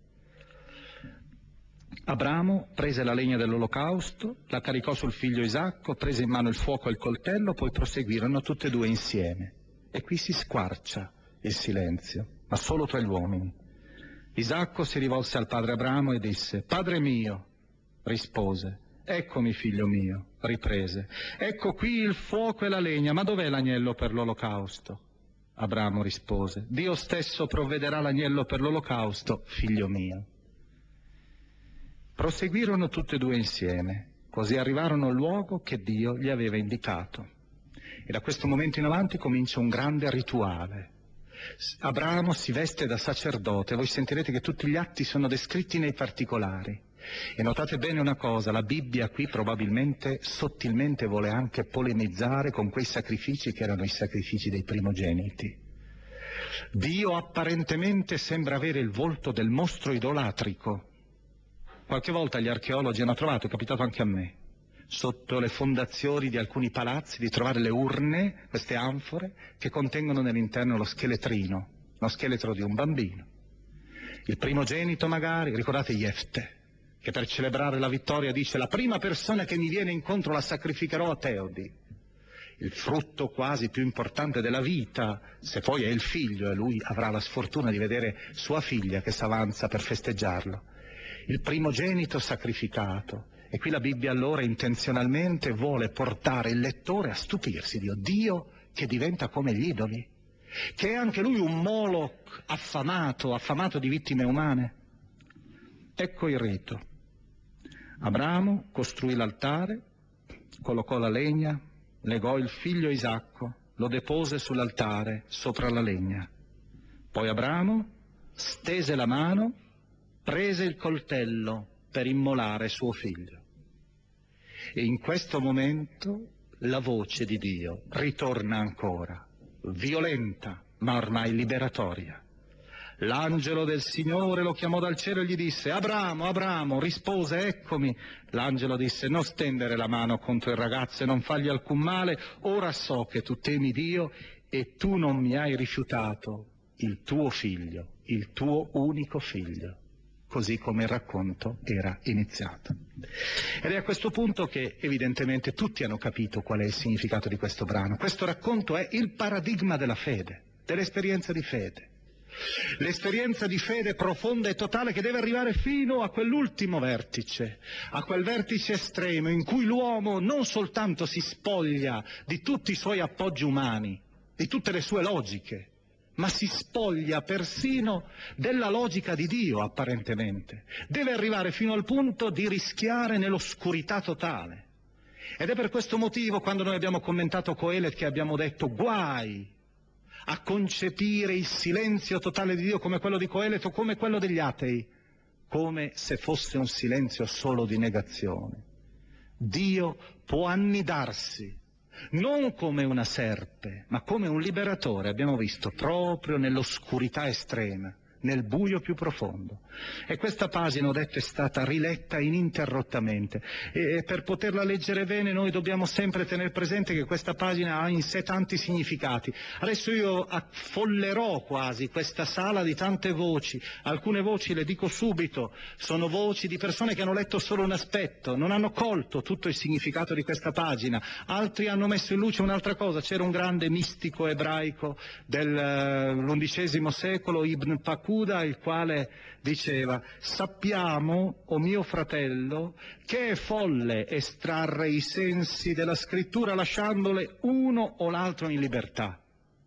Abramo prese la legna dell'olocausto, la caricò sul figlio Isacco, prese in mano il fuoco e il coltello, poi proseguirono tutte e due insieme. E qui si squarcia il silenzio, ma solo tra gli uomini. Isacco si rivolse al padre Abramo e disse, Padre mio, rispose, eccomi figlio mio, riprese, ecco qui il fuoco e la legna, ma dov'è l'agnello per l'olocausto? Abramo rispose, Dio stesso provvederà l'agnello per l'olocausto, figlio mio. Proseguirono tutte e due insieme, così arrivarono al luogo che Dio gli aveva indicato. E da questo momento in avanti comincia un grande rituale. Abramo si veste da sacerdote, voi sentirete che tutti gli atti sono descritti nei particolari. E notate bene una cosa, la Bibbia qui probabilmente sottilmente vuole anche polemizzare con quei sacrifici che erano i sacrifici dei primogeniti. Dio apparentemente sembra avere il volto del mostro idolatrico. Qualche volta gli archeologi hanno trovato, è capitato anche a me, sotto le fondazioni di alcuni palazzi, di trovare le urne, queste anfore, che contengono nell'interno lo scheletrino, lo scheletro di un bambino. Il primogenito magari, ricordate Jefte, che per celebrare la vittoria dice la prima persona che mi viene incontro la sacrificherò a Teodi. Il frutto quasi più importante della vita, se poi è il figlio e lui avrà la sfortuna di vedere sua figlia che s'avanza per festeggiarlo. Il primogenito sacrificato. E qui la Bibbia allora intenzionalmente vuole portare il lettore a stupirsi di Dio che diventa come gli idoli, che è anche lui un Moloch affamato, affamato di vittime umane. Ecco il rito. Abramo costruì l'altare, collocò la legna, legò il figlio Isacco, lo depose sull'altare sopra la legna. Poi Abramo stese la mano, prese il coltello per immolare suo figlio. E in questo momento la voce di Dio ritorna ancora, violenta ma ormai liberatoria. L'angelo del Signore lo chiamò dal cielo e gli disse: Abramo, Abramo, rispose: eccomi. L'angelo disse: non stendere la mano contro il ragazzo e non fargli alcun male, ora so che tu temi Dio e tu non mi hai rifiutato il tuo figlio, il tuo unico figlio. Così come il racconto era iniziato. Ed è a questo punto che evidentemente tutti hanno capito qual è il significato di questo brano. Questo racconto è il paradigma della fede, dell'esperienza di fede. L'esperienza di fede profonda e totale che deve arrivare fino a quell'ultimo vertice, a quel vertice estremo in cui l'uomo non soltanto si spoglia di tutti i suoi appoggi umani, di tutte le sue logiche, ma si spoglia persino della logica di Dio, apparentemente. Deve arrivare fino al punto di rischiare nell'oscurità totale. Ed è per questo motivo, quando noi abbiamo commentato Coelet, che abbiamo detto guai a concepire il silenzio totale di Dio come quello di Coelet o come quello degli atei, come se fosse un silenzio solo di negazione. Dio può annidarsi non come una serpe, ma come un liberatore, abbiamo visto, proprio nell'oscurità estrema, nel buio più profondo. E questa pagina, ho detto, è stata riletta ininterrottamente, e per poterla leggere bene noi dobbiamo sempre tenere presente che questa pagina ha in sé tanti significati. Adesso io affollerò quasi questa sala di tante voci. Alcune voci, le dico subito, sono voci di persone che hanno letto solo un aspetto, non hanno colto tutto il significato di questa pagina. Altri hanno messo in luce un'altra cosa. C'era un grande mistico ebraico dell'undicesimo secolo, Ibn Pacuda, il quale diceva: sappiamo, o mio fratello, che è folle estrarre i sensi della scrittura lasciandole uno o l'altro in libertà.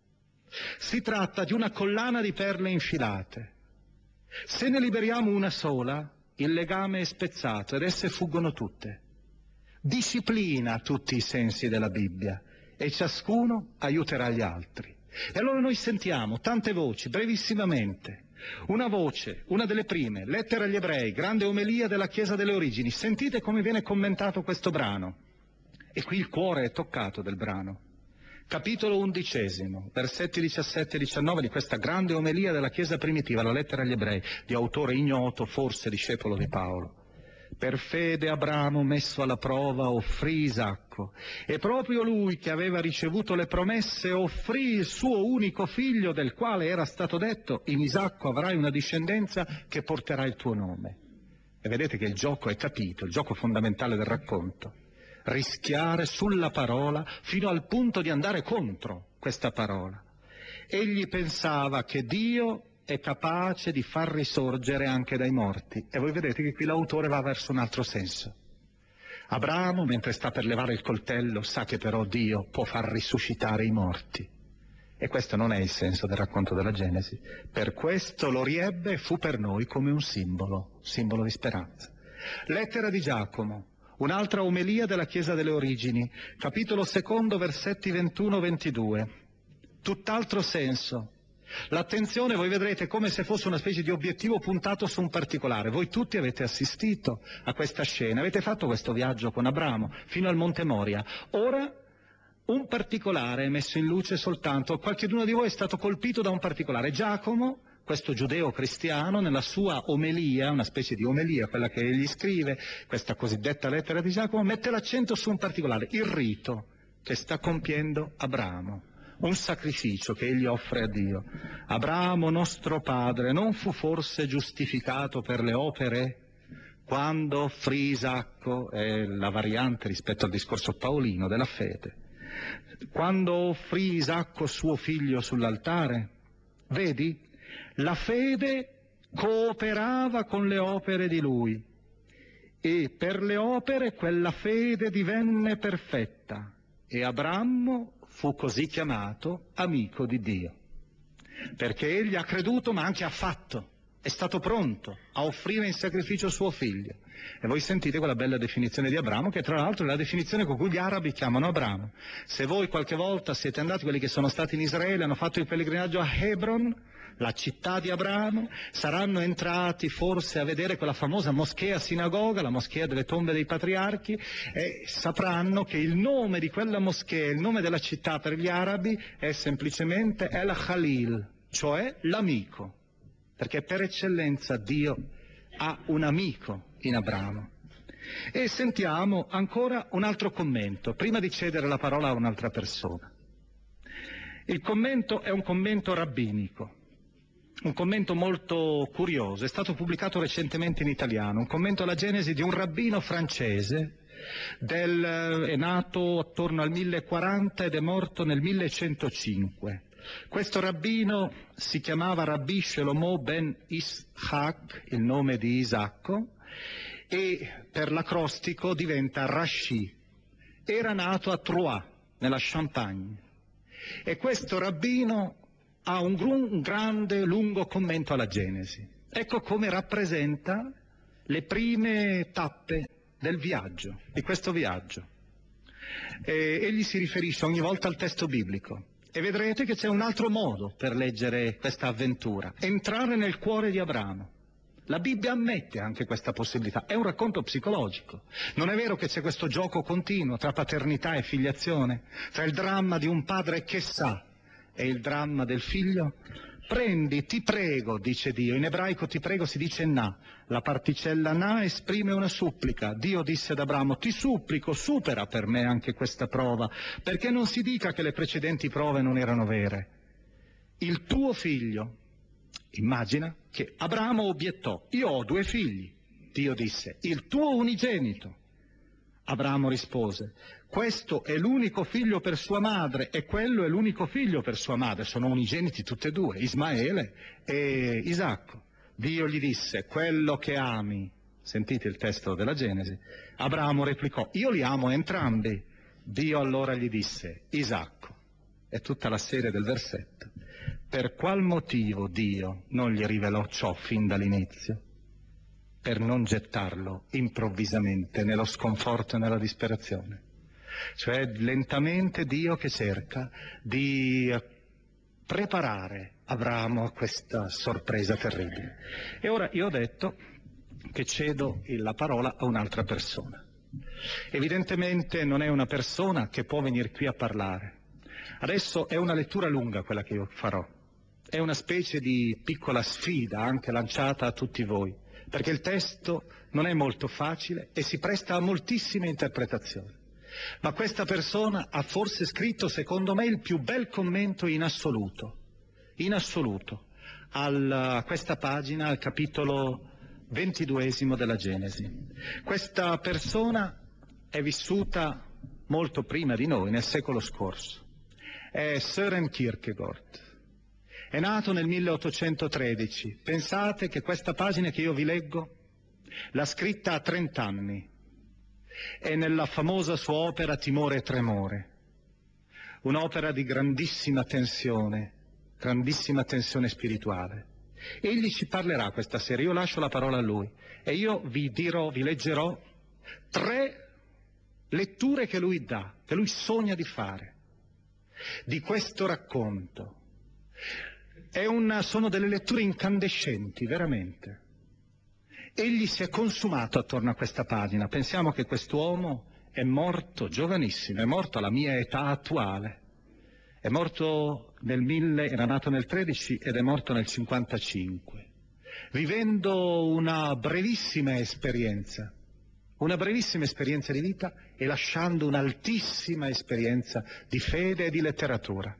Si tratta di una collana di perle infilate. Se ne liberiamo una sola, il legame è spezzato ed esse fuggono tutte. Disciplina tutti i sensi della Bibbia e ciascuno aiuterà gli altri. E allora noi sentiamo tante voci, brevissimamente. Una voce, una delle prime, Lettera agli Ebrei, grande omelia della Chiesa delle Origini. Sentite come viene commentato questo brano. E qui il cuore è toccato del brano. Capitolo undicesimo, versetti diciassette e diciannove di questa grande omelia della Chiesa primitiva, la Lettera agli Ebrei, di autore ignoto, forse discepolo di Paolo. Per fede Abramo, messo alla prova, offrì Isacco, e proprio lui, che aveva ricevuto le promesse, offrì il suo unico figlio, del quale era stato detto: in Isacco avrai una discendenza che porterà il tuo nome. E vedete che il gioco è capito, il gioco fondamentale del racconto. Rischiare sulla parola fino al punto di andare contro questa parola. Egli pensava che Dio è capace di far risorgere anche dai morti. E voi vedete che qui l'autore va verso un altro senso. Abramo, mentre sta per levare il coltello, sa che però Dio può far risuscitare i morti. E questo non è il senso del racconto della Genesi. Per questo lo riebbe e fu per noi come un simbolo, simbolo di speranza. Lettera di Giacomo, un'altra omelia della Chiesa delle Origini, capitolo secondo, versetti ventuno ventidue. Tutt'altro senso. L'attenzione, voi vedrete, come se fosse una specie di obiettivo puntato su un particolare. Voi tutti avete assistito a questa scena, avete fatto questo viaggio con Abramo fino al Monte Moria. Ora un particolare è messo in luce soltanto, qualcheduno di voi è stato colpito da un particolare. Giacomo, questo giudeo cristiano, nella sua omelia, una specie di omelia, quella che egli scrive, questa cosiddetta lettera di Giacomo, mette l'accento su un particolare, il rito che sta compiendo Abramo. Un sacrificio che egli offre a Dio. Abramo, nostro padre, non fu forse giustificato per le opere quando offrì Isacco, è la variante rispetto al discorso paolino della fede, quando offrì Isacco suo figlio sull'altare? Vedi, la fede cooperava con le opere di lui e per le opere quella fede divenne perfetta e Abramo fu così chiamato amico di Dio, perché egli ha creduto ma anche ha fatto, è stato pronto a offrire in sacrificio suo figlio. E voi sentite quella bella definizione di Abramo, che tra l'altro è la definizione con cui gli arabi chiamano Abramo. Se voi qualche volta siete andati, quelli che sono stati in Israele, hanno fatto il pellegrinaggio a Hebron, la città di Abramo, saranno entrati forse a vedere quella famosa moschea sinagoga, la moschea delle tombe dei patriarchi, e sapranno che il nome di quella moschea, il nome della città per gli arabi è semplicemente El Khalil, cioè l'amico, perché per eccellenza Dio ha un amico in Abramo. E sentiamo ancora un altro commento, prima di cedere la parola a un'altra persona. Il commento è un commento rabbinico. Un commento molto curioso, è stato pubblicato recentemente in italiano, un commento alla Genesi di un rabbino francese, del, è nato attorno al millequaranta ed è morto nel millecentocinque. Questo rabbino si chiamava Rabbi Shlomo ben Ishaq, il nome di Isacco, e per l'acrostico diventa Rashi. Era nato a Troyes, nella Champagne, e questo rabbino ha un, gru- un grande, lungo commento alla Genesi. Ecco come rappresenta le prime tappe del viaggio, di questo viaggio. E egli si riferisce ogni volta al testo biblico e vedrete che c'è un altro modo per leggere questa avventura: entrare nel cuore di Abramo. La Bibbia ammette anche questa possibilità, è un racconto psicologico. Non è vero che c'è questo gioco continuo tra paternità e filiazione, tra il dramma di un padre che sa e il dramma del figlio? Prendi, ti prego, dice Dio. In ebraico ti prego si dice na. La particella na esprime una supplica. Dio disse ad Abramo: ti supplico, supera per me anche questa prova, perché non si dica che le precedenti prove non erano vere. Il tuo figlio. Immagina che Abramo obiettò: io ho due figli. Dio disse: il tuo unigenito. Abramo rispose: questo è l'unico figlio per sua madre e quello è l'unico figlio per sua madre. Sono unigeniti tutti e due, Ismaele e Isacco. Dio gli disse: quello che ami. Sentite il testo della Genesi. Abramo replicò: io li amo entrambi. Dio allora gli disse: Isacco. È tutta la serie del versetto. Per qual motivo Dio non gli rivelò ciò fin dall'inizio? Per non gettarlo improvvisamente nello sconforto e nella disperazione. Cioè lentamente Dio che cerca di preparare Abramo a questa sorpresa terribile. E ora io ho detto che cedo la parola a un'altra persona. Evidentemente non è una persona che può venire qui a parlare. Adesso è una lettura lunga quella che io farò. È una specie di piccola sfida anche lanciata a tutti voi, perché il testo non è molto facile e si presta a moltissime interpretazioni. Ma questa persona ha forse scritto, secondo me, il più bel commento in assoluto, in assoluto, al, a questa pagina, al capitolo ventiduesimo della Genesi. Questa persona è vissuta molto prima di noi, nel secolo scorso. È Søren Kierkegaard. È nato nel milleottocentotredici. Pensate che questa pagina che io vi leggo l'ha scritta a trent'anni. È nella famosa sua opera Timore e Tremore. Un'opera di grandissima tensione, grandissima tensione spirituale. Egli ci parlerà questa sera, io lascio la parola a lui e io vi dirò, vi leggerò tre letture che lui dà, che lui sogna di fare, di questo racconto. È una, sono delle letture incandescenti, veramente. Egli si è consumato attorno a questa pagina. Pensiamo che quest'uomo è morto giovanissimo, è morto alla mia età attuale. È morto nel mille, era nato nel tredici ed è morto nel cinquantacinque, vivendo una brevissima esperienza, una brevissima esperienza di vita e lasciando un'altissima esperienza di fede e di letteratura.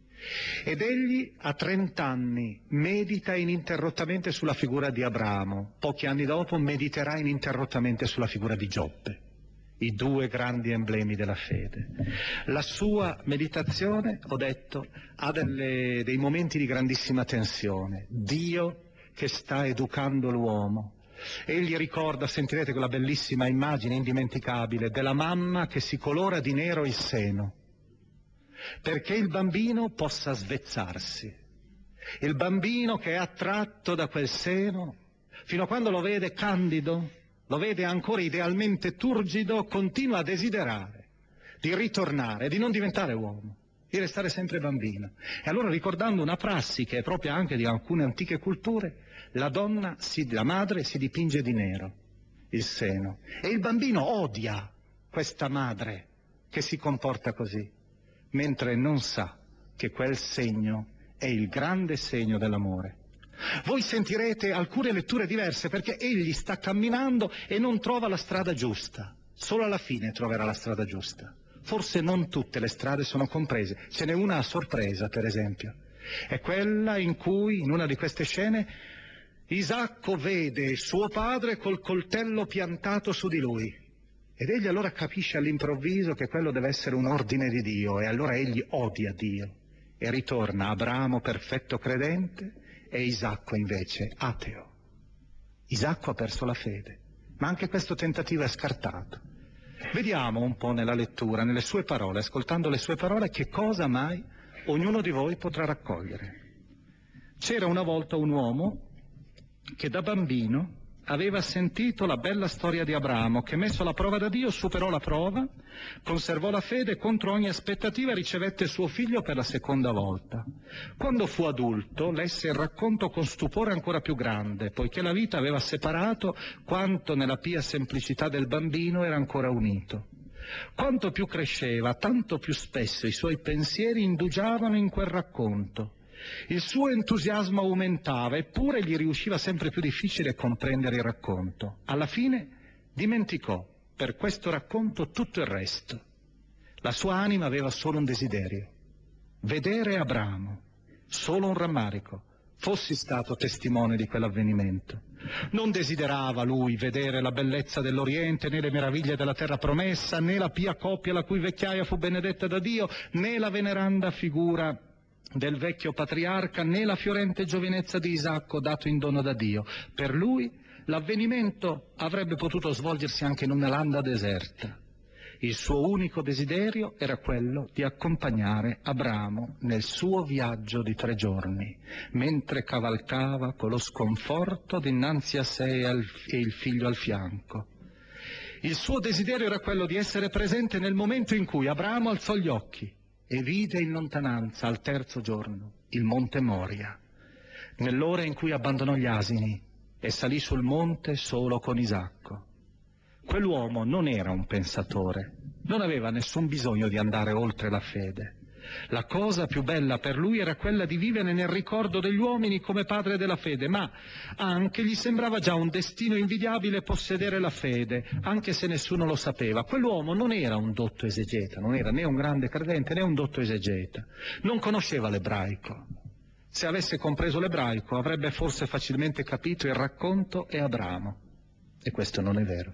Ed egli a trent'anni medita ininterrottamente sulla figura di Abramo, pochi anni dopo mediterà ininterrottamente sulla figura di Giobbe, i due grandi emblemi della fede. La sua meditazione, ho detto, ha delle, dei momenti di grandissima tensione. Dio che sta educando l'uomo. Egli ricorda, sentirete quella bellissima immagine indimenticabile della mamma che si colora di nero il seno, perché il bambino possa svezzarsi. Il bambino che è attratto da quel seno, fino a quando lo vede candido, lo vede ancora idealmente turgido, continua a desiderare di ritornare, di non diventare uomo, di restare sempre bambino. E allora, ricordando una prassi che è propria anche di alcune antiche culture, la donna, si, la madre si dipinge di nero il seno e il bambino odia questa madre che si comporta così, mentre non sa che quel segno è il grande segno dell'amore. Voi sentirete alcune letture diverse perché egli sta camminando e non trova la strada giusta. Solo alla fine troverà la strada giusta. Forse non tutte le strade sono comprese. Ce n'è una a sorpresa, per esempio. È quella in cui, in una di queste scene, Isacco vede suo padre col coltello piantato su di lui. Ed egli allora capisce all'improvviso che quello deve essere un ordine di Dio e allora egli odia Dio e ritorna Abramo perfetto credente e Isacco invece ateo. Isacco ha perso la fede, ma anche questo tentativo è scartato. Vediamo un po' nella lettura, nelle sue parole, ascoltando le sue parole, che cosa mai ognuno di voi potrà raccogliere. C'era una volta un uomo che da bambino aveva sentito la bella storia di Abramo, che messo alla prova da Dio superò la prova, conservò la fede e contro ogni aspettativa ricevette suo figlio per la seconda volta. Quando fu adulto lesse il racconto con stupore ancora più grande, poiché la vita aveva separato quanto nella pia semplicità del bambino era ancora unito. Quanto più cresceva, tanto più spesso i suoi pensieri indugiavano in quel racconto. Il suo entusiasmo aumentava, eppure gli riusciva sempre più difficile comprendere il racconto. Alla fine dimenticò per questo racconto tutto il resto. La sua anima aveva solo un desiderio: vedere Abramo, solo un rammarico. Fossi stato testimone di quell'avvenimento. Non desiderava lui vedere la bellezza dell'Oriente, né le meraviglie della terra promessa, né la pia coppia la cui vecchiaia fu benedetta da Dio, né la veneranda figura del vecchio patriarca, né la fiorente giovinezza di Isacco dato in dono da Dio. Per lui l'avvenimento avrebbe potuto svolgersi anche in una landa deserta. Il suo unico desiderio era quello di accompagnare Abramo nel suo viaggio di tre giorni, mentre cavalcava con lo sconforto dinanzi a sé e il figlio al fianco. Il suo desiderio era quello di essere presente nel momento in cui Abramo alzò gli occhi e vide in lontananza, al terzo giorno, il monte Moria, nell'ora in cui abbandonò gli asini e salì sul monte solo con Isacco. Quell'uomo non era un pensatore, non aveva nessun bisogno di andare oltre la fede. La cosa più bella per lui era quella di vivere nel ricordo degli uomini come padre della fede, ma anche gli sembrava già un destino invidiabile possedere la fede, anche se nessuno lo sapeva. Quell'uomo non era un dotto esegeta, non era né un grande credente né un dotto esegeta, non conosceva l'ebraico. Se avesse compreso l'ebraico avrebbe forse facilmente capito il racconto e Abramo, e questo non è vero.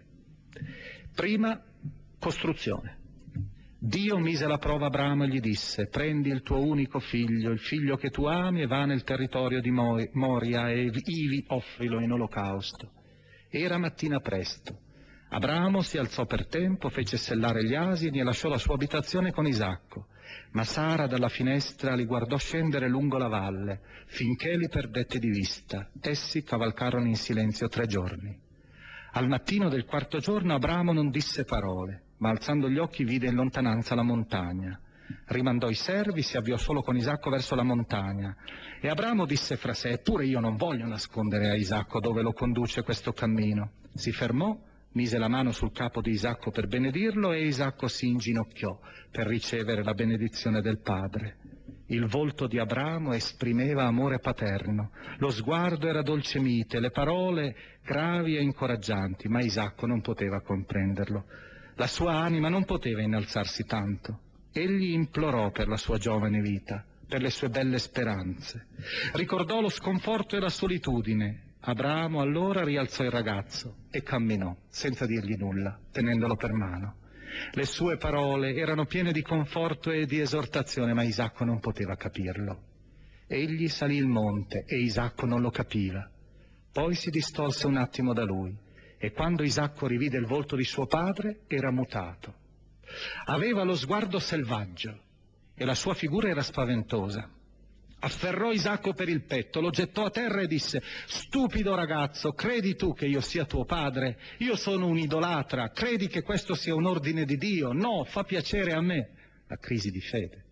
Prima, costruzione. Dio mise alla prova Abramo e gli disse: prendi il tuo unico figlio, il figlio che tu ami, e va nel territorio di Moria e ivi offrilo in olocausto. Era mattina presto. Abramo si alzò per tempo, fece sellare gli asini e lasciò la sua abitazione con Isacco. Ma Sara dalla finestra li guardò scendere lungo la valle, finché li perdette di vista. Essi cavalcarono in silenzio tre giorni. Al mattino del quarto giorno Abramo non disse parole, ma alzando gli occhi vide in lontananza la montagna. Rimandò i servi, si avviò solo con Isacco verso la montagna. E Abramo disse fra sé: eppure io non voglio nascondere a Isacco dove lo conduce questo cammino. Si fermò, mise la mano sul capo di Isacco per benedirlo e Isacco si inginocchiò per ricevere la benedizione del padre. Il volto di Abramo esprimeva amore paterno, lo sguardo era dolce mite, le parole gravi e incoraggianti, ma Isacco non poteva comprenderlo. La sua anima non poteva innalzarsi tanto. Egli implorò per la sua giovane vita, per le sue belle speranze. Ricordò lo sconforto e la solitudine. Abramo allora rialzò il ragazzo e camminò, senza dirgli nulla, tenendolo per mano. Le sue parole erano piene di conforto e di esortazione, ma Isacco non poteva capirlo. Egli salì il monte e Isacco non lo capiva. Poi si distolse un attimo da lui e quando Isacco rivide il volto di suo padre era mutato. Aveva lo sguardo selvaggio e la sua figura era spaventosa. Afferrò Isacco per il petto, lo gettò a terra e disse: stupido ragazzo, credi tu che io sia tuo padre? Io sono un idolatra, credi che questo sia un ordine di Dio? No, fa piacere a me. La crisi di fede.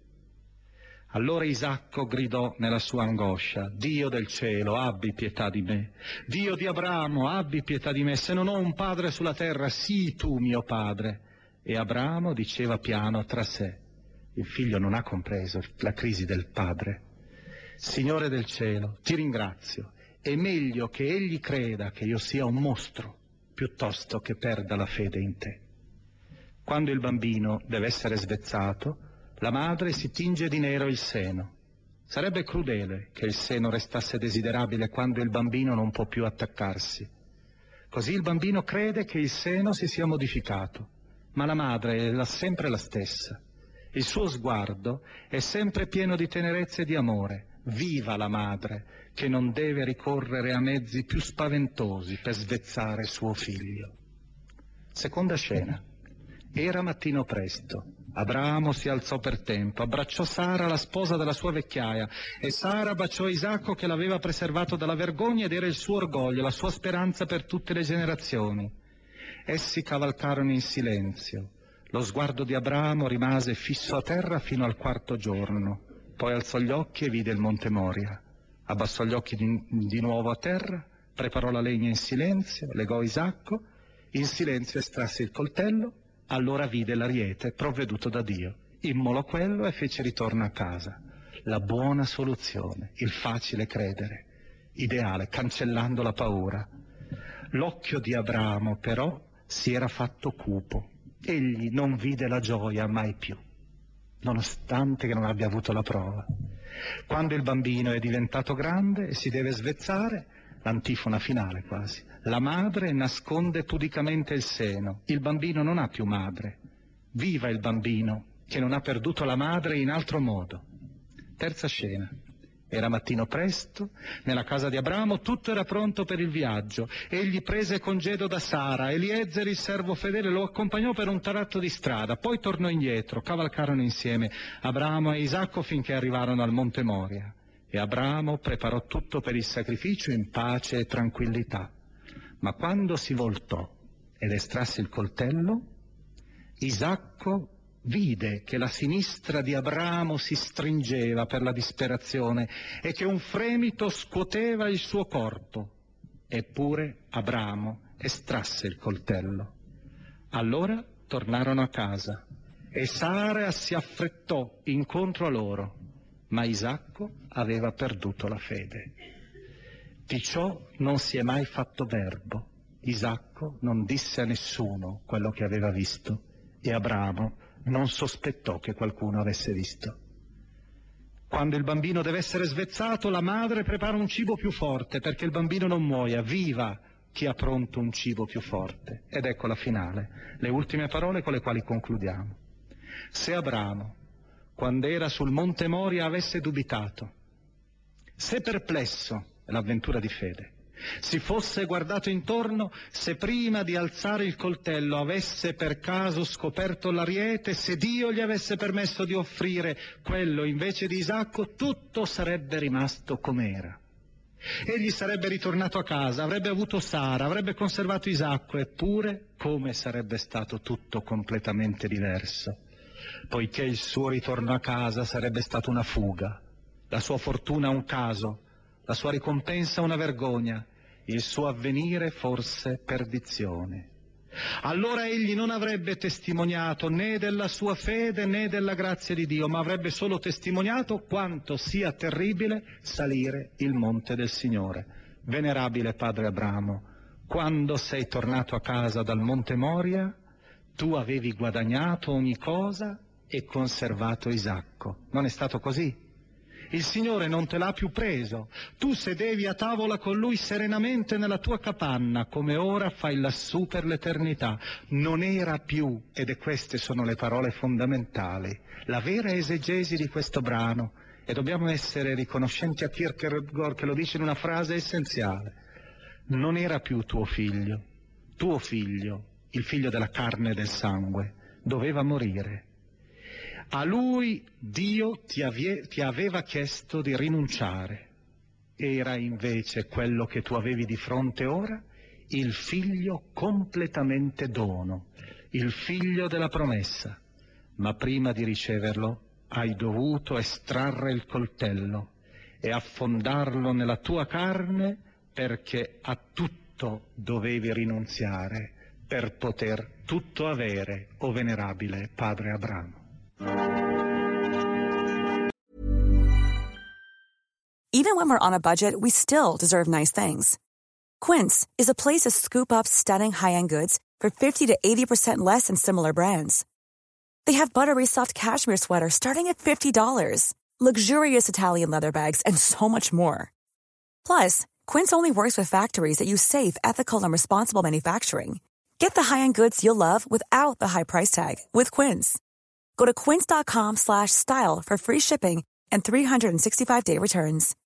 Allora Isacco gridò nella sua angoscia: Dio del cielo, abbi pietà di me. Dio di Abramo, abbi pietà di me. Se non ho un padre sulla terra, sii tu mio padre. E Abramo diceva piano tra sé: il figlio non ha compreso la crisi del padre. Signore del cielo, ti ringrazio. È meglio che egli creda che io sia un mostro, piuttosto che perda la fede in te. Quando il bambino deve essere svezzato, la madre si tinge di nero il seno. Sarebbe crudele che il seno restasse desiderabile quando il bambino non può più attaccarsi. Così il bambino crede che il seno si sia modificato, ma la madre è sempre la stessa. Il suo sguardo è sempre pieno di tenerezza e di amore. Viva la madre, che non deve ricorrere a mezzi più spaventosi per svezzare suo figlio. Seconda scena. Era mattino presto. Abramo si alzò per tempo, abbracciò Sara, la sposa della sua vecchiaia, e Sara baciò Isacco che l'aveva preservato dalla vergogna ed era il suo orgoglio, la sua speranza per tutte le generazioni. Essi cavalcarono in silenzio. Lo sguardo di Abramo rimase fisso a terra fino al quarto giorno. Poi alzò gli occhi e vide il monte Moria. Abbassò gli occhi di, di nuovo a terra, preparò la legna in silenzio, legò Isacco, in silenzio estrasse il coltello. Allora vide l'ariete provveduto da Dio, immolò quello e fece ritorno a casa. La buona soluzione, il facile credere, ideale, cancellando la paura. L'occhio di Abramo però si era fatto cupo. Egli non vide la gioia mai più, nonostante che non abbia avuto la prova. Quando il bambino è diventato grande e si deve svezzare, l'antifona finale quasi, la madre nasconde pudicamente il seno. Il bambino non ha più madre. Viva il bambino che non ha perduto la madre in altro modo. Terza scena. Era mattino presto, nella casa di Abramo tutto era pronto per il viaggio. Egli prese congedo da Sara, Eliezer il servo fedele lo accompagnò per un tratto di strada, poi tornò indietro, cavalcarono insieme Abramo e Isacco finché arrivarono al monte Moria. E Abramo preparò tutto per il sacrificio in pace e tranquillità. Ma quando si voltò ed estrasse il coltello, Isacco vide che la sinistra di Abramo si stringeva per la disperazione e che un fremito scuoteva il suo corpo. Eppure Abramo estrasse il coltello. Allora tornarono a casa e Sara si affrettò incontro a loro, ma Isacco aveva perduto la fede. Di ciò non si è mai fatto verbo. Isacco non disse a nessuno quello che aveva visto e Abramo non sospettò che qualcuno avesse visto. Quando il bambino deve essere svezzato, la madre prepara un cibo più forte perché il bambino non muoia. Viva chi ha pronto un cibo più forte. Ed ecco la finale, le ultime parole con le quali concludiamo. Se Abramo, quando era sul monte Moria, avesse dubitato, se perplesso, è l'avventura di fede, si fosse guardato intorno, se prima di alzare il coltello avesse per caso scoperto l'ariete, se Dio gli avesse permesso di offrire quello invece di Isacco, tutto sarebbe rimasto com'era. Egli sarebbe ritornato a casa, avrebbe avuto Sara, avrebbe conservato Isacco, eppure come sarebbe stato tutto completamente diverso, poiché il suo ritorno a casa sarebbe stato una fuga, la sua fortuna un caso, la sua ricompensa una vergogna, il suo avvenire forse perdizione. Allora egli non avrebbe testimoniato né della sua fede né della grazia di Dio, ma avrebbe solo testimoniato quanto sia terribile salire il monte del Signore. Venerabile padre Abramo, quando sei tornato a casa dal monte Moria, tu avevi guadagnato ogni cosa e conservato Isacco. Non è stato così? Il Signore non te l'ha più preso. Tu sedevi a tavola con Lui serenamente nella tua capanna, come ora fai lassù per l'eternità. Non era più, ed queste sono le parole fondamentali, la vera esegesi di questo brano, e dobbiamo essere riconoscenti a Kierkegaard che lo dice in una frase essenziale. Non era più tuo figlio, tuo figlio, il figlio della carne e del sangue, doveva morire. A lui Dio ti, avie, ti aveva chiesto di rinunciare. Era invece quello che tu avevi di fronte ora, il figlio completamente dono, il figlio della promessa. Ma prima di riceverlo hai dovuto estrarre il coltello e affondarlo nella tua carne perché a tutto dovevi rinunziare per poter tutto avere, o venerabile padre Abramo. Even when we're on a budget, we still deserve nice things. Quince is a place to scoop up stunning high-end goods for fifty to eighty percent less than similar brands. They have buttery soft cashmere sweaters starting at fifty dollars, luxurious Italian leather bags, and so much more. Plus, Quince only works with factories that use safe, ethical, and responsible manufacturing. Get the high-end goods you'll love without the high price tag with Quince. Go to quince.com slash style for free shipping and three sixty-five day returns.